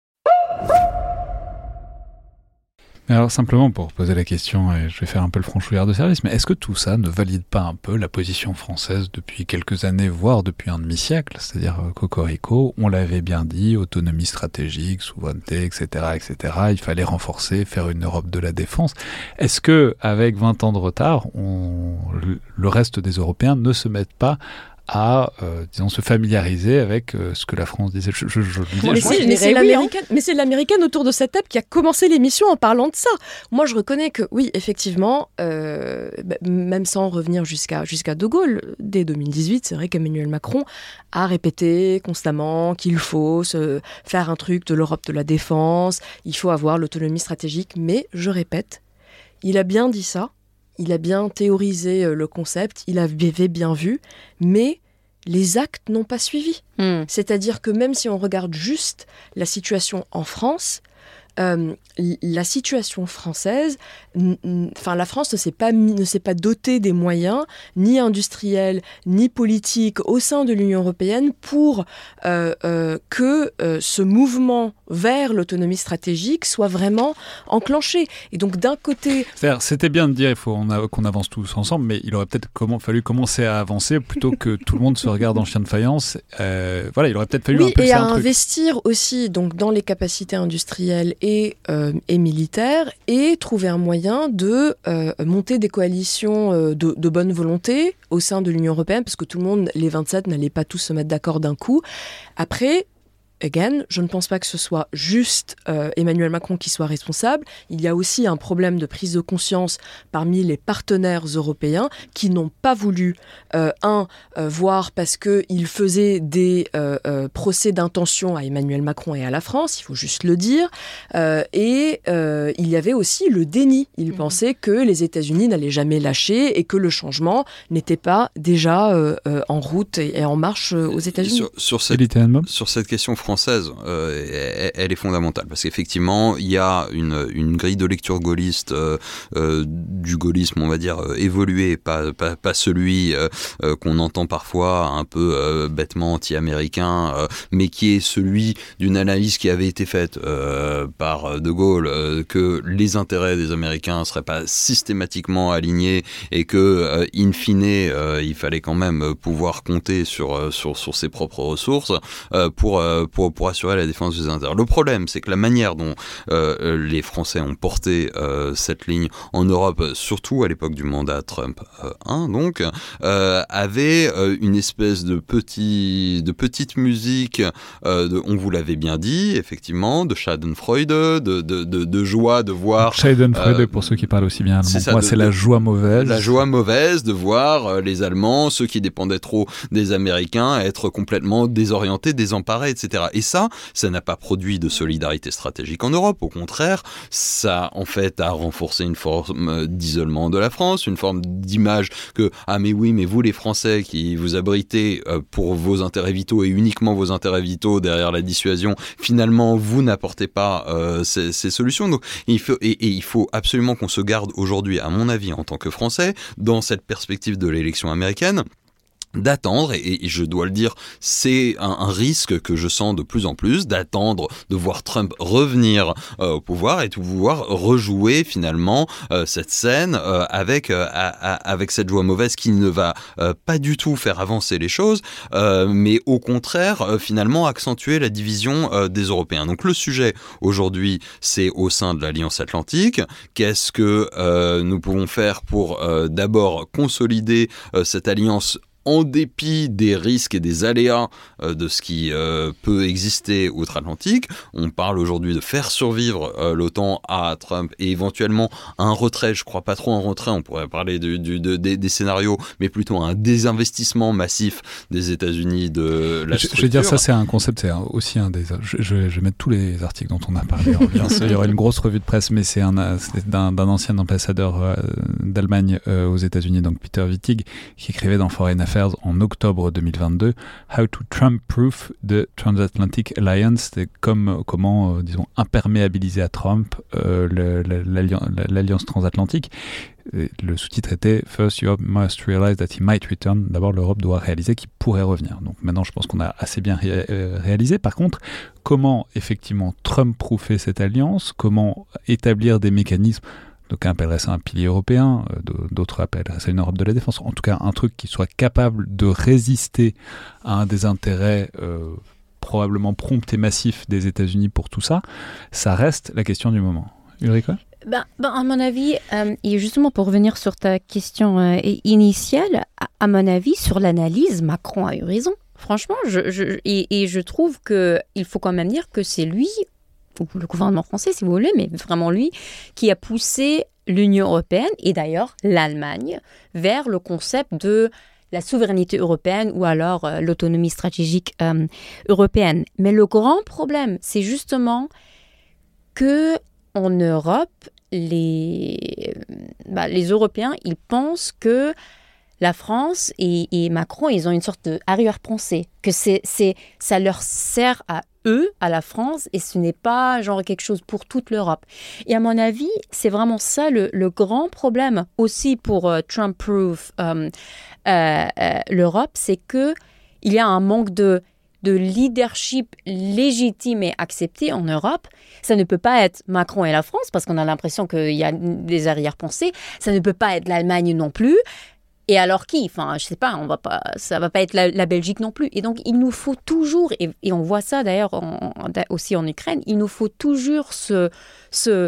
S1: Alors simplement pour poser la question, et je vais faire un peu le franchouillard de service, mais est-ce que tout ça ne valide pas un peu la position française depuis quelques années, voire depuis un demi-siècle, c'est-à-dire euh, Cocorico, on l'avait bien dit, autonomie stratégique, souveraineté, et cetera, et cetera. Il fallait renforcer, faire une Europe de la défense. Est-ce que avec vingt ans de retard, on, le reste des Européens ne se mettent pas à, euh, disons, se familiariser avec euh, ce que la France disait. Je, je, je, je
S4: mais,
S1: dis,
S4: c'est,
S1: je
S4: mais, c'est l'américaine, mais c'est l'américaine autour de cette table qui a commencé l'émission en parlant de ça. Moi, je reconnais que, oui, effectivement, euh, bah, même sans revenir jusqu'à, jusqu'à De Gaulle, dès deux mille dix-huit, c'est vrai qu'Emmanuel Macron a répété constamment qu'il faut se faire un truc de l'Europe de la défense, il faut avoir l'autonomie stratégique, mais, je répète, il a bien dit ça. Il a bien théorisé le concept, il avait bien vu, mais les actes n'ont pas suivi. Mm. C'est-à-dire que même si on regarde juste la situation en France, euh, la situation française, enfin la France ne s'est pas ne s'est pas dotée des moyens ni industriels ni politiques au sein de l'Union européenne pour euh, euh, que euh, ce mouvement vers l'autonomie stratégique soit vraiment enclenché. Et donc d'un côté,
S1: c'est-à-dire, c'était bien de dire il faut on a, qu'on avance tous ensemble, mais il aurait peut-être comment, fallu commencer à avancer plutôt que tout le monde se regarde en chien de faïence. Euh, voilà, il aurait peut-être fallu
S4: oui,
S1: un peu
S4: et
S1: faire
S4: à
S1: un truc.
S4: investir aussi donc dans les capacités industrielles et euh, et militaires et trouver un moyen de euh, monter des coalitions euh, de, de bonne volonté au sein de l'Union européenne, parce que tout le monde, les vingt-sept, n'allaient pas tous se mettre d'accord d'un coup. Après, again, je ne pense pas que ce soit juste euh, Emmanuel Macron qui soit responsable. Il y a aussi un problème de prise de conscience parmi les partenaires européens qui n'ont pas voulu, euh, un, euh, voir parce qu'il faisait des euh, euh, procès d'intention à Emmanuel Macron et à la France, il faut juste le dire. Euh, et euh, il y avait aussi le déni. Il mmh. pensait que les États-Unis n'allaient jamais lâcher et que le changement n'était pas déjà euh, euh, en route et, et en marche euh, aux États-Unis.
S3: Sur, sur, cette, sur cette question française, française, euh, elle est fondamentale parce qu'effectivement, il y a une, une grille de lecture gaulliste euh, euh, du gaullisme, on va dire, euh, évolué, pas, pas, pas celui euh, euh, qu'on entend parfois un peu euh, bêtement anti-américain, euh, mais qui est celui d'une analyse qui avait été faite euh, par De Gaulle, euh, que les intérêts des Américains ne seraient pas systématiquement alignés et que, euh, in fine, euh, il fallait quand même pouvoir compter sur, sur, sur ses propres ressources euh, pour, euh, pour Pour, pour assurer la défense des intérêts. Le problème, c'est que la manière dont euh, les Français ont porté euh, cette ligne en Europe, surtout à l'époque du mandat Trump euh, un, donc, euh, avait euh, une espèce de, petit, de petite musique, euh, de, on vous l'avait bien dit, effectivement, de Schadenfreude, de, de, de, de joie de voir...
S1: Schadenfreude, euh, pour ceux qui parlent aussi bien allemand, c'est ça, moi, de, c'est de, la joie mauvaise.
S3: La joie mauvaise de voir euh, les Allemands, ceux qui dépendaient trop des Américains, être complètement désorientés, désemparés, et cetera. Et ça, ça n'a pas produit de solidarité stratégique en Europe. Au contraire, ça, en fait, a renforcé une forme d'isolement de la France, une forme d'image que, ah mais oui, mais vous les Français qui vous abritez pour vos intérêts vitaux et uniquement vos intérêts vitaux derrière la dissuasion, finalement, vous n'apportez pas euh, ces, ces solutions. Donc, il faut, et, et il faut absolument qu'on se garde aujourd'hui, à mon avis, en tant que Français, dans cette perspective de l'élection américaine, d'attendre, et, et je dois le dire, c'est un, un risque que je sens de plus en plus, d'attendre de voir Trump revenir euh, au pouvoir et de pouvoir rejouer finalement euh, cette scène euh, avec, euh, à, à, avec cette joie mauvaise qui ne va euh, pas du tout faire avancer les choses, euh, mais au contraire, euh, finalement, accentuer la division euh, des Européens. Donc le sujet aujourd'hui, c'est au sein de l'Alliance Atlantique. Qu'est-ce que euh, nous pouvons faire pour euh, d'abord consolider euh, cette alliance en dépit des risques et des aléas euh, de ce qui euh, peut exister outre-Atlantique? On parle aujourd'hui de faire survivre euh, l'OTAN à Trump et éventuellement un retrait, je ne crois pas trop un retrait, on pourrait parler du, du, de, des, des scénarios, mais plutôt un désinvestissement massif des États-Unis de la
S1: je,
S3: structure.
S1: Je veux dire, ça c'est un concept, c'est un, aussi un des... Je, je, je vais mettre tous les articles dont on a parlé en lien. Il y aura une grosse revue de presse, mais c'est, un, c'est d'un, d'un ancien ambassadeur euh, d'Allemagne euh, aux États-Unis, donc Peter Wittig, qui écrivait dans Foreign Affairs Affairs en octobre deux mille vingt-deux, How to Trump-Proof the Transatlantic Alliance, c'est comme, comment, euh, disons, imperméabiliser à Trump euh, le, le, l'alliance, l'alliance transatlantique. Et le sous-titre était First Europe must realize that he might return. D'abord, l'Europe doit réaliser qu'il pourrait revenir. Donc maintenant, je pense qu'on a assez bien ré- réalisé. Par contre, comment effectivement Trump-proofer cette alliance? Comment établir des mécanismes? D'aucuns appelleraient ça un pilier européen, d'autres appelleraient ça une Europe de la défense. En tout cas, un truc qui soit capable de résister à un des intérêts euh, probablement prompt et massif des États-Unis pour tout ça, ça reste la question du moment. Ulrika ?
S2: Ben, ben, à mon avis, euh, et justement pour revenir sur ta question euh, initiale, à, à mon avis, sur l'analyse, Macron a eu raison. Franchement, je, je, et, et je trouve qu'il faut quand même dire que c'est lui, ou le gouvernement français si vous voulez, mais vraiment lui, qui a poussé l'Union européenne, et d'ailleurs l'Allemagne, vers le concept de la souveraineté européenne ou alors euh, l'autonomie stratégique euh, européenne. Mais le grand problème, c'est justement que en Europe, les, bah, les Européens, ils pensent que la France et, et Macron, ils ont une sorte d'arrière-pensée, que c'est, c'est, ça leur sert à eux, à la France, et ce n'est pas genre quelque chose pour toute l'Europe. Et à mon avis, c'est vraiment ça le, le grand problème aussi pour euh, Trump-proof euh, euh, euh, l'Europe, c'est qu'il y a un manque de de leadership légitime et accepté en Europe. Ça ne peut pas être Macron et la France, parce qu'on a l'impression qu'il y a des arrière-pensées. Ça ne peut pas être l'Allemagne non plus. Et alors qui ? Enfin, je sais pas, on va pas, ça va pas être la, la Belgique non plus. Et donc, il nous faut toujours, et, et on voit ça d'ailleurs en, en, aussi en Ukraine, il nous faut toujours ce... ce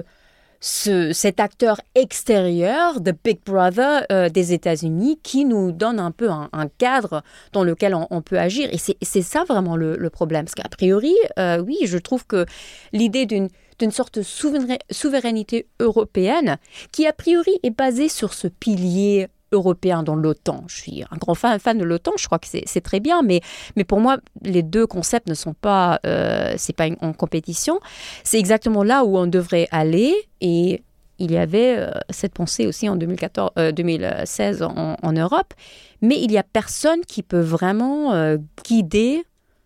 S2: Ce, cet acteur extérieur, the Big Brother euh, des États-Unis, qui nous donne un peu un, un cadre dans lequel on, on peut agir. Et c'est, c'est ça vraiment le, le problème. Parce qu'a priori, euh, oui, je trouve que l'idée d'une, d'une sorte de souverain, souveraineté européenne, qui a priori est basée sur ce pilier européen dans l'OTAN. Je suis un grand fan, fan de l'OTAN, je crois que c'est, c'est très bien, mais, mais pour moi, les deux concepts ne sont pas, euh, c'est pas une, en compétition. C'est exactement là où on devrait aller, et il y avait euh, cette pensée aussi en deux mille quatorze, euh, deux mille seize en, en Europe, mais il n'y a personne qui peut vraiment euh, guider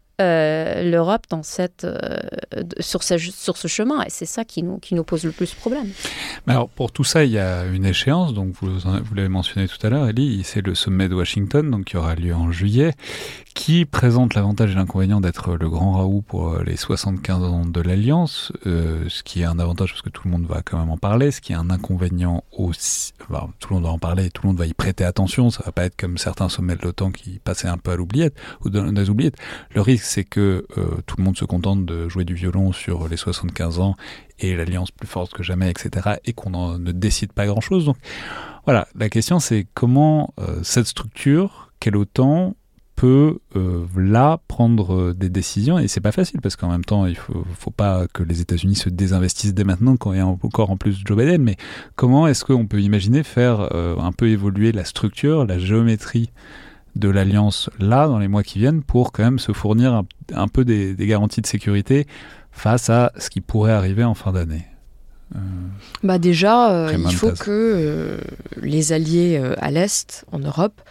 S2: Euh, l'Europe dans cette, euh, sur, ce, sur ce chemin. Et c'est ça qui nous, qui nous pose le plus de problème.
S1: Mais alors, pour tout ça, il y a une échéance. Donc, vous, vous l'avez mentionné tout à l'heure, Elie, c'est le sommet de Washington, donc, qui aura lieu en juillet, qui présente l'avantage et l'inconvénient d'être le grand Raoult pour les soixante-quinze ans de l'Alliance, euh, ce qui est un avantage parce que tout le monde va quand même en parler, ce qui est un inconvénient aussi. Enfin, tout le monde va en parler et tout le monde va y prêter attention. Ça ne va pas être comme certains sommets de l'OTAN qui passaient un peu à l'oubliette, ou dans les oubliettes. Le risque, c'est que euh, tout le monde se contente de jouer du violon sur les soixante-quinze ans et l'alliance plus forte que jamais, et cetera, et qu'on en, ne décide pas grand-chose. Donc voilà, la question c'est comment euh, cette structure, qu'est l'OTAN, peut euh, là prendre des décisions, et c'est pas facile parce qu'en même temps il faut, faut pas que les États-Unis se désinvestissent dès maintenant quand il y a encore en plus Joe Biden, mais comment est-ce qu'on peut imaginer faire euh, un peu évoluer la structure, la géométrie de l'Alliance là, dans les mois qui viennent, pour quand même se fournir un, un peu des, des garanties de sécurité face à ce qui pourrait arriver en fin d'année. Euh,
S4: bah déjà, euh, il faut que euh, les alliés euh, à l'Est, en Europe,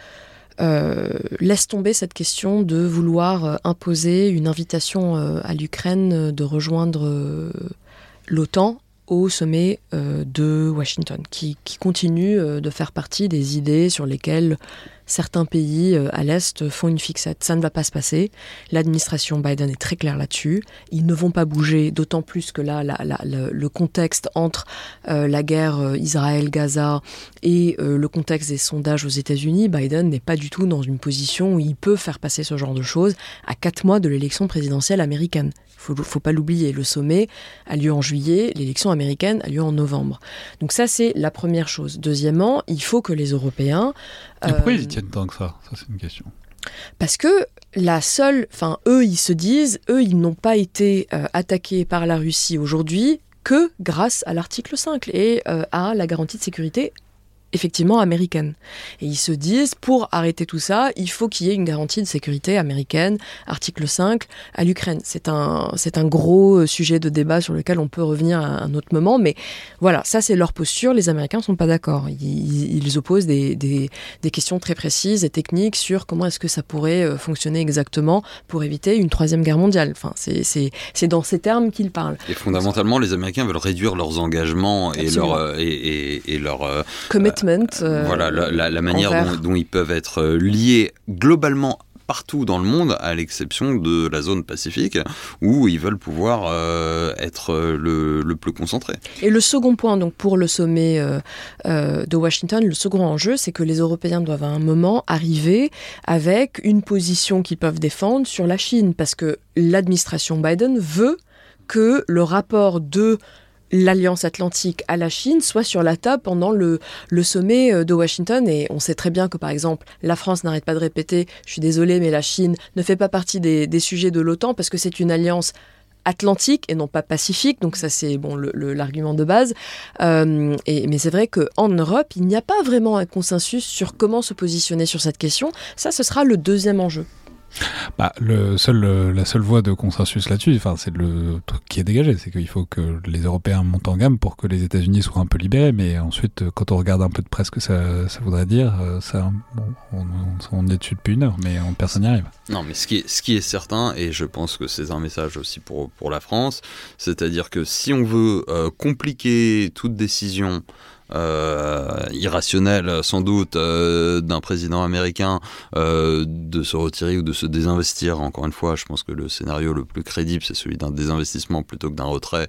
S4: euh, laissent tomber cette question de vouloir euh, imposer une invitation euh, à l'Ukraine de rejoindre euh, l'OTAN au sommet euh, de Washington, qui, qui continue euh, de faire partie des idées sur lesquelles certains pays euh, à l'Est font une fixette. Ça ne va pas se passer. L'administration Biden est très claire là-dessus. Ils ne vont pas bouger, d'autant plus que là, la, la, la, le contexte entre euh, la guerre euh, Israël-Gaza et euh, le contexte des sondages aux États-Unis, Biden n'est pas du tout dans une position où il peut faire passer ce genre de choses à quatre mois de l'élection présidentielle américaine. Il ne faut pas l'oublier, le sommet a lieu en juillet, l'élection américaine a lieu en novembre. Donc ça, c'est la première chose. Deuxièmement, il faut que les Européens...
S1: Euh, pourquoi ils y tiennent tant que ça ? Ça, c'est une question.
S4: Parce que la seule... Enfin, eux, ils se disent, eux, ils n'ont pas été euh, attaqués par la Russie aujourd'hui que grâce à l'article cinq et euh, à la garantie de sécurité effectivement américaine. Et ils se disent, pour arrêter tout ça, il faut qu'il y ait une garantie de sécurité américaine, article cinq, à l'Ukraine. C'est un, c'est un gros sujet de débat sur lequel on peut revenir à un autre moment, mais voilà, ça c'est leur posture. Les Américains ne sont pas d'accord. Ils, ils opposent des, des, des questions très précises et techniques sur comment est-ce que ça pourrait fonctionner exactement pour éviter une troisième guerre mondiale. Enfin, c'est, c'est, c'est dans ces termes qu'ils parlent.
S3: Et fondamentalement, les Américains veulent réduire leurs engagements et leur, euh, et, et, et leur euh,
S4: Euh,
S3: voilà, la, la, la manière dont, dont ils peuvent être liés globalement partout dans le monde, à l'exception de la zone Pacifique, où ils veulent pouvoir euh, être le, le plus concentrés.
S4: Et le second point, donc pour le sommet euh, euh, de Washington, le second enjeu, c'est que les Européens doivent à un moment arriver avec une position qu'ils peuvent défendre sur la Chine, parce que l'administration Biden veut que le rapport de l'Alliance Atlantique à la Chine soit sur la table pendant le, le sommet de Washington. Et on sait très bien que, par exemple, la France n'arrête pas de répéter « je suis désolée, mais la Chine ne fait pas partie des, des sujets de l'OTAN parce que c'est une alliance atlantique et non pas pacifique ». Donc ça, c'est bon, le, le, l'argument de base. Euh, et, mais c'est vrai qu'en Europe, il n'y a pas vraiment un consensus sur comment se positionner sur cette question. Ça, ce sera le deuxième enjeu.
S1: Bah, le seul, euh, la seule voie de consensus là-dessus, enfin, c'est le truc qui est dégagé, c'est qu'il faut que les Européens montent en gamme pour que les États-Unis soient un peu libérés, mais ensuite, quand on regarde un peu de près ce que ça, ça voudrait dire, ça, bon, on, on, on est dessus depuis une heure, mais on, personne n'y arrive.
S3: Non, mais ce qui, est, ce qui est certain, et je pense que c'est un message aussi pour, pour la France, c'est-à-dire que si on veut euh, compliquer toute décision Euh, irrationnel sans doute euh, d'un président américain euh, de se retirer ou de se désinvestir, encore une fois je pense que le scénario le plus crédible c'est celui d'un désinvestissement plutôt que d'un retrait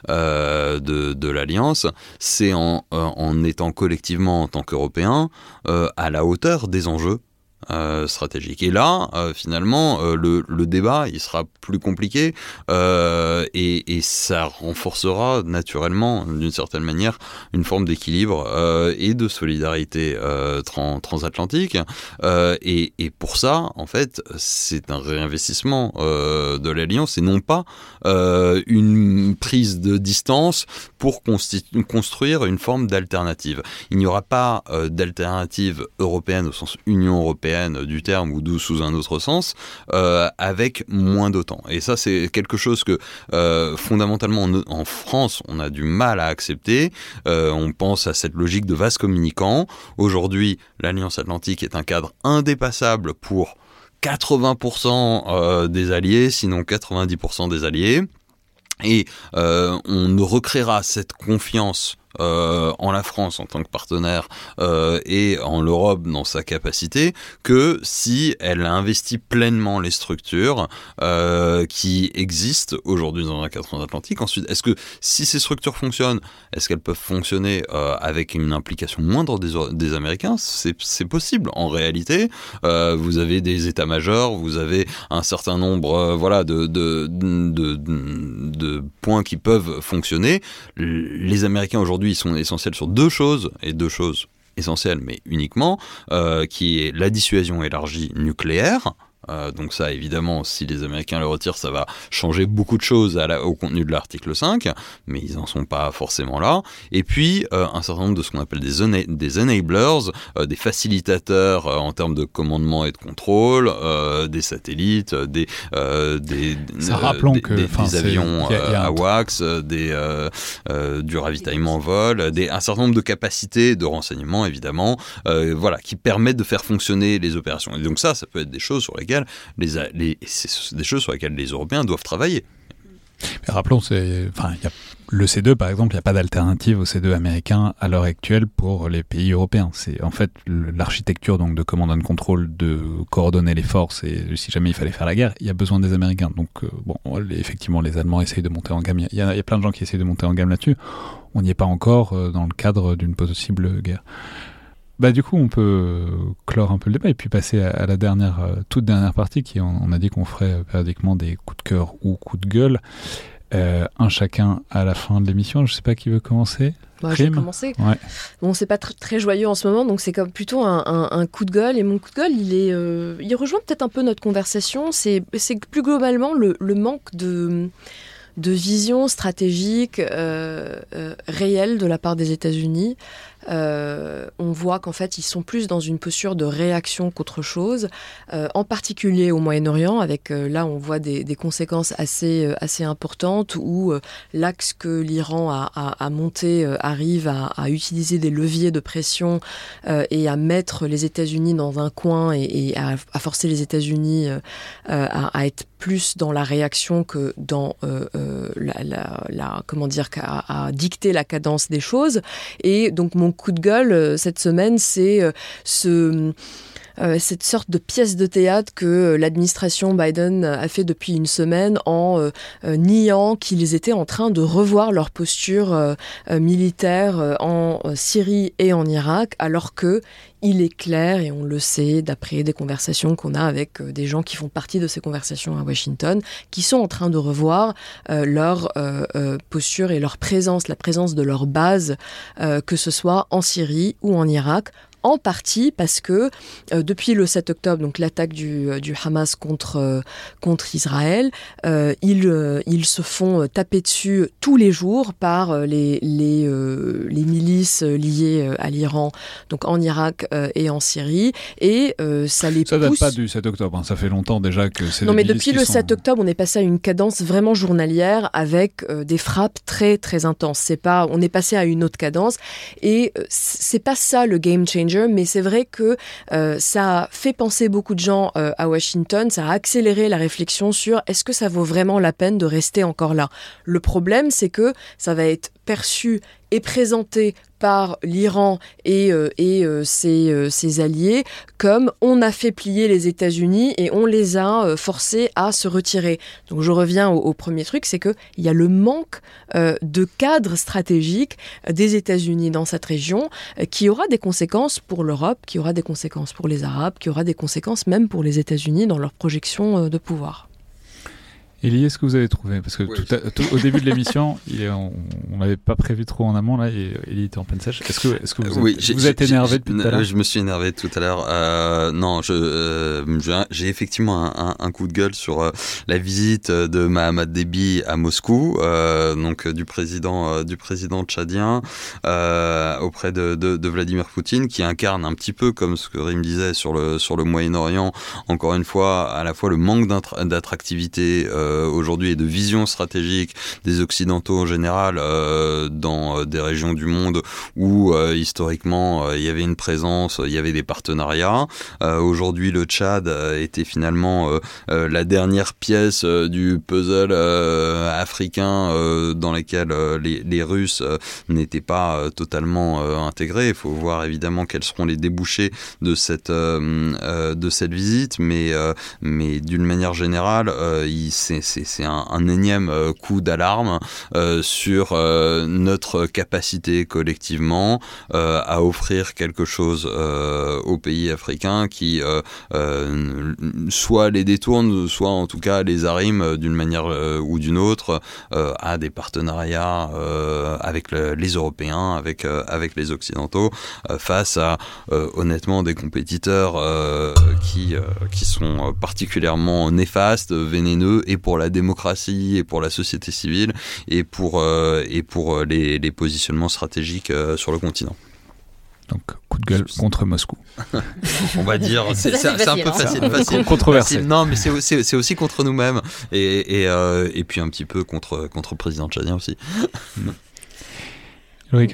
S3: euh, de, de l'Alliance, c'est en, euh, en étant collectivement en tant qu'Européens euh, à la hauteur des enjeux Euh, stratégique. Et là, euh, finalement, euh, le, le débat, il sera plus compliqué euh, et, et ça renforcera naturellement, d'une certaine manière, une forme d'équilibre euh, et de solidarité euh, trans, transatlantique. Euh, et, et pour ça, en fait, c'est un réinvestissement euh, de l'Alliance et non pas euh, une prise de distance pour constitu- construire une forme d'alternative. Il n'y aura pas euh, d'alternative européenne au sens Union européenne du terme ou sous un autre sens euh, avec moins d'OTAN. Et ça c'est quelque chose que euh, fondamentalement en, en France on a du mal à accepter. Euh, on pense à cette logique de vase communicant. Aujourd'hui l'Alliance Atlantique est un cadre indépassable pour quatre-vingts pour cent euh, des alliés, sinon quatre-vingt-dix pour cent des alliés. Et euh, on ne recréera cette confiance Euh, en la France en tant que partenaire euh, et en l'Europe dans sa capacité que si elle investit pleinement les structures euh, qui existent aujourd'hui dans un cadre transatlantique. Ensuite, est-ce que si ces structures fonctionnent, est-ce qu'elles peuvent fonctionner euh, avec une implication moindre des, des Américains ? C'est, c'est possible. En réalité, euh, vous avez des états-majors, vous avez un certain nombre euh, voilà, de, de, de, de, de points qui peuvent fonctionner. Les Américains aujourd'hui ils sont essentiels sur deux choses, et deux choses essentielles, mais uniquement, euh, qui est la dissuasion élargie nucléaire. Euh, donc ça, évidemment, si les Américains le retirent, ça va changer beaucoup de choses à la, au contenu de l'article cinq, mais ils n'en sont pas forcément là. Et puis, euh, un certain nombre de ce qu'on appelle des, ena- des enablers, euh, des facilitateurs euh, en termes de commandement et de contrôle, euh, des satellites, des, euh, des,
S1: ça,
S3: euh,
S1: rappelons
S3: des,
S1: que,
S3: des, des avions
S1: y a, y a
S3: euh, à wax, des, euh, euh, du ravitaillement en vol, des, un certain nombre de capacités de renseignement, évidemment, euh, voilà, qui permettent de faire fonctionner les opérations. Et donc ça, ça peut être des choses sur lesquelles Les, les, c'est des choses sur lesquelles les Européens doivent travailler.
S1: Mais rappelons, c'est, enfin, y a le C deux, par exemple, il n'y a pas d'alternative au C deux américain à l'heure actuelle pour les pays européens. C'est en fait l'architecture donc, de command and control, de coordonner les forces, et si jamais il fallait faire la guerre, il y a besoin des Américains. Donc, euh, bon, effectivement, les Allemands essayent de monter en gamme. Il y, y, y a plein de gens qui essayent de monter en gamme là-dessus. On n'y est pas encore euh, dans le cadre d'une possible guerre. Bah, du coup, on peut clore un peu le débat et puis passer à, à la dernière, euh, toute dernière partie qui, on, on a dit qu'on ferait euh, périodiquement des coups de cœur ou coups de gueule. Euh, un chacun à la fin de l'émission. Je sais pas qui veut commencer.
S4: Bah, je vais commencer.
S1: Ouais.
S4: Bon, c'est pas tr- très joyeux en ce moment, donc c'est comme plutôt un, un, un coup de gueule. Et mon coup de gueule, il est, euh, il rejoint peut-être un peu notre conversation. C'est, c'est plus globalement le, le manque de de vision stratégique euh, euh, réelle de la part des États-Unis euh, on voit qu'en fait, ils sont plus dans une posture de réaction qu'autre chose, euh, en particulier au Moyen-Orient, avec euh, là, on voit des, des conséquences assez, euh, assez importantes où euh, l'axe que l'Iran a, a, a monté euh, arrive à, à utiliser des leviers de pression euh, et à mettre les États-Unis dans un coin et, et à, à forcer les États-Unis euh, à, à être plus dans la réaction que dans euh, euh, la, la, la comment dire à, à dicter la cadence des choses. Et donc mon coup de gueule euh, cette semaine, c'est euh, ce Euh, cette sorte de pièce de théâtre que euh, l'administration Biden a fait depuis une semaine en euh, euh, niant qu'ils étaient en train de revoir leur posture euh, euh, militaire euh, en euh, Syrie et en Irak, alors que il est clair, et on le sait d'après des conversations qu'on a avec euh, des gens qui font partie de ces conversations à Washington, qui sont en train de revoir euh, leur euh, euh, posture et leur présence, la présence de leur base, euh, que ce soit en Syrie ou en Irak, en partie parce que euh, depuis le sept octobre, donc l'attaque du, euh, du Hamas contre, euh, contre Israël, euh, ils, euh, ils se font taper dessus tous les jours par euh, les, les, euh, les milices liées euh, à l'Iran, donc en Irak euh, et en Syrie, et euh, ça les
S1: ça
S4: pousse...
S1: Ça date pas du sept octobre, hein. Ça fait longtemps déjà que c'est...
S4: Non, mais
S1: milices
S4: depuis le
S1: sont...
S4: sept octobre, on est passé à une cadence vraiment journalière avec euh, des frappes très très intenses. C'est pas, on est passé à une autre cadence, et euh, c'est pas ça le game changer. Mais c'est vrai que euh, ça a fait penser beaucoup de gens euh, à Washington, ça a accéléré la réflexion sur est-ce que ça vaut vraiment la peine de rester encore là. Le problème, c'est que ça va être perçu et présenté par l'Iran et, euh, et euh, ses, euh, ses alliés comme on a fait plier les États-Unis et on les a euh, forcés à se retirer. Donc je reviens au, au premier truc, c'est qu'il y a le manque euh, de cadre stratégique des États-Unis dans cette région euh, qui aura des conséquences pour l'Europe, qui aura des conséquences pour les Arabes, qui aura des conséquences même pour les États-Unis dans leur projection euh, de pouvoir.
S1: Élie, est-ce que vous avez trouvé? Parce que oui. tout à, tout, au début de l'émission, il est, on n'avait pas prévu trop en amont, là, et Élie était en pleine sèche. Est-ce que, est-ce que vous,
S3: oui,
S1: êtes, vous êtes énervé depuis tout à l'heure?
S3: Je me suis énervé tout à l'heure. Euh, non, je, euh, j'ai effectivement un, un, un coup de gueule sur euh, la visite de Mahamat Déby à Moscou, euh, donc du président, euh, du président tchadien, euh, auprès de, de, de Vladimir Poutine, qui incarne un petit peu, comme ce que Rim disait sur le, sur le Moyen-Orient, encore une fois, à la fois le manque d'attractivité euh, aujourd'hui et de vision stratégique des Occidentaux en général euh, dans euh, des régions du monde où euh, historiquement euh, il y avait une présence, il y avait des partenariats. Euh, aujourd'hui, le Tchad euh, était finalement euh, euh, la dernière pièce euh, du puzzle euh, africain euh, dans lequel euh, les, les Russes euh, n'étaient pas euh, totalement euh, intégrés. Il faut voir évidemment quels seront les débouchés de cette euh, euh, de cette visite, mais euh, mais d'une manière générale, euh, il c'est C'est, c'est un, un énième euh, coup d'alarme euh, sur euh, notre capacité collectivement euh, à offrir quelque chose euh, aux pays africains qui euh, euh, soit les détournent, soit en tout cas les arriment d'une manière euh, ou d'une autre euh, à des partenariats euh, avec le, les Européens, avec, euh, avec les Occidentaux, euh, face à euh, honnêtement des compétiteurs euh, qui, euh, qui sont particulièrement néfastes, vénéneux, et pour la démocratie et pour la société civile et pour, euh, et pour les, les positionnements stratégiques euh, sur le continent.
S1: Donc, coup de gueule contre Moscou.
S3: On va dire, c'est, c'est, c'est, c'est un peu facile.
S1: Hein.
S3: facile
S1: Controversé.
S3: Facile. Non, mais c'est, c'est, c'est aussi contre nous-mêmes et, et, euh, et puis un petit peu contre, contre le président tchadien aussi.
S1: Ulrike ?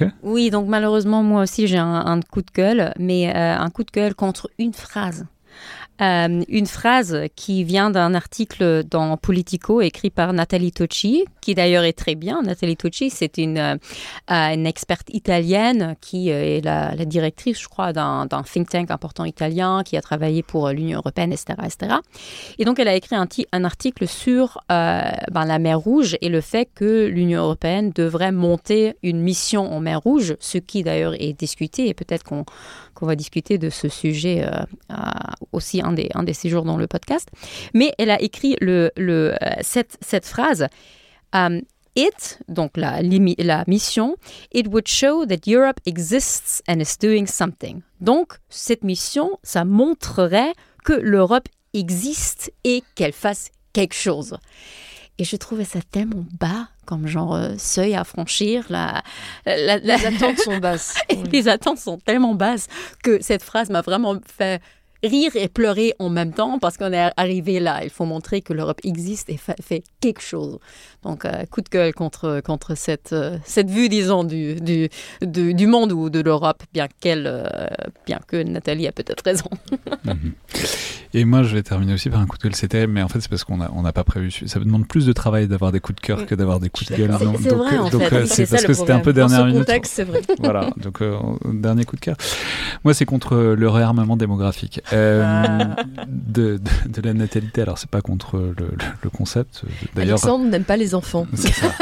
S2: Oui, donc malheureusement, moi aussi, j'ai un, un coup de gueule, mais euh, un coup de gueule contre une phrase. Euh, une phrase qui vient d'un article dans Politico écrit par Nathalie Tocci, qui d'ailleurs est très bien. Nathalie Tocci, c'est une, euh, une experte italienne qui est la, la directrice, je crois, d'un, d'un think tank important italien qui a travaillé pour l'Union européenne, et cetera, et cetera. Et donc, elle a écrit un, t- un article sur euh, ben, la mer Rouge et le fait que l'Union européenne devrait monter une mission en mer Rouge, ce qui d'ailleurs est discuté, et peut-être qu'on qu'on va discuter de ce sujet euh, euh, aussi un des, un des séjours dans le podcast. Mais elle a écrit le, le, euh, cette, cette phrase um, « It », donc la, la mission, « It would show that Europe exists and is doing something ». Donc, cette mission, ça montrerait que l'Europe existe et qu'elle fasse quelque chose. Et je trouvais ça tellement bas comme genre euh, seuil à franchir. La, la, la...
S4: Les attentes sont basses.
S2: Les attentes sont tellement basses que cette phrase m'a vraiment fait rire et pleurer en même temps parce qu'on est arrivé là. Il faut montrer que l'Europe existe et fa- fait quelque chose. Donc, euh, coup de gueule contre, contre cette, euh, cette vue, disons, du, du, du, du monde ou de l'Europe, bien, qu'elle, euh, bien que Nathalie a peut-être raison.
S1: Mm-hmm. Et moi, je vais terminer aussi par un coup de gueule. C'était, mais en fait, c'est parce qu'on n'a on n'a pas prévu. Ça demande plus de travail d'avoir des coups de cœur que d'avoir des coups de gueule.
S2: C'est,
S1: donc,
S2: c'est vrai, en
S1: donc,
S2: fait.
S1: euh,
S2: Oui,
S1: c'est,
S2: c'est
S1: parce
S2: ça,
S1: que
S2: le
S1: c'était un peu
S2: problème.
S1: dernière
S4: Dans ce
S1: minute.
S4: contexte, c'est vrai.
S1: Voilà, donc euh, dernier coup de cœur. Moi, c'est contre le réarmement démographique euh,
S2: Ah.
S1: de, de, de la natalité. Alors, c'est pas contre le, le, le concept. D'ailleurs,
S4: Alexandre n'aime pas les enfants.
S1: c'est ça.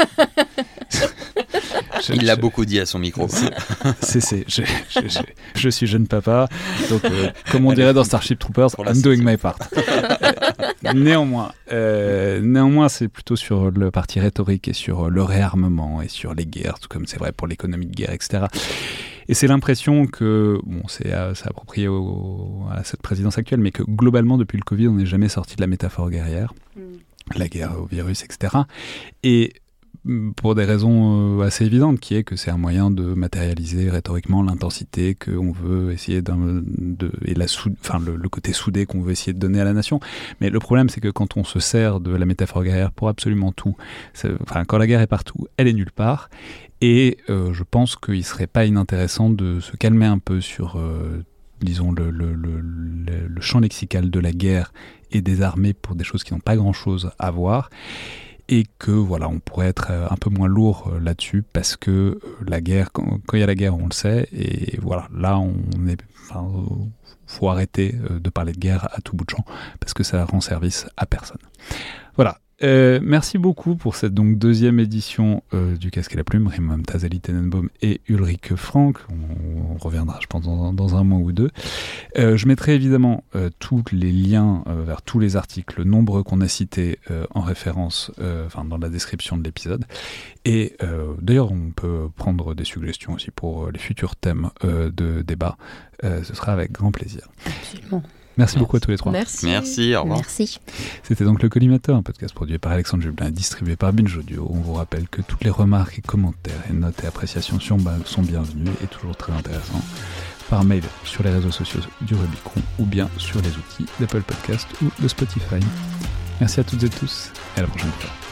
S1: Je,
S3: Il l'a
S1: je,
S3: beaucoup dit à son micro.
S1: C'est, c'est, c'est je, je, je, je suis jeune papa, donc euh, comme on dirait dans Starship Troopers, I'm doing my part. Néanmoins, euh, néanmoins, c'est plutôt sur le parti rhétorique et sur le réarmement et sur les guerres, tout comme c'est vrai pour l'économie de guerre, et cetera. Et c'est l'impression que, bon, c'est, euh, c'est approprié au, à cette présidence actuelle, mais que globalement, depuis le Covid, on n'est jamais sorti de la métaphore guerrière, mm. la guerre au virus, et cetera. Et pour des raisons assez évidentes, qui est que c'est un moyen de matérialiser rhétoriquement l'intensité qu'on veut essayer de, de et la sou, enfin le, le côté soudé qu'on veut essayer de donner à la nation. Mais le problème, c'est que quand on se sert de la métaphore guerrière pour absolument tout, enfin quand la guerre est partout, elle est nulle part. Et euh, je pense qu'il serait pas inintéressant de se calmer un peu sur, euh, disons, le, le, le, le, le champ lexical de la guerre et des armées pour des choses qui n'ont pas grand-chose à voir. Et que voilà, on pourrait être un peu moins lourd là-dessus parce que la guerre, quand, quand il y a la guerre, on le sait. Et voilà, là, on est, enfin, faut arrêter de parler de guerre à tout bout de champ parce que ça rend service à personne. Voilà. Euh, merci beaucoup pour cette donc deuxième édition euh, du Casque et la Plume, Rimam Tazali Tenenbaum et Ulrike Frank. On, on reviendra, je pense, dans, dans un mois ou deux. Euh, je mettrai évidemment euh, tous les liens euh, vers tous les articles nombreux qu'on a cités euh, en référence, euh, enfin dans la description de l'épisode. Et euh, d'ailleurs, on peut prendre des suggestions aussi pour euh, les futurs thèmes euh, de débat. Euh, ce sera avec grand plaisir.
S2: Absolument.
S1: Merci beaucoup à tous les trois.
S4: Merci.
S3: Merci, au revoir.
S2: Merci.
S1: C'était donc le Collimateur, un podcast produit par Alexandre Jublin et distribué par Binge Audio. On vous rappelle que toutes les remarques et commentaires et notes et appréciations sont bienvenues et toujours très intéressants par mail sur les réseaux sociaux du Rubicon ou bien sur les outils d'Apple Podcast ou de Spotify. Merci à toutes et tous et à la prochaine fois.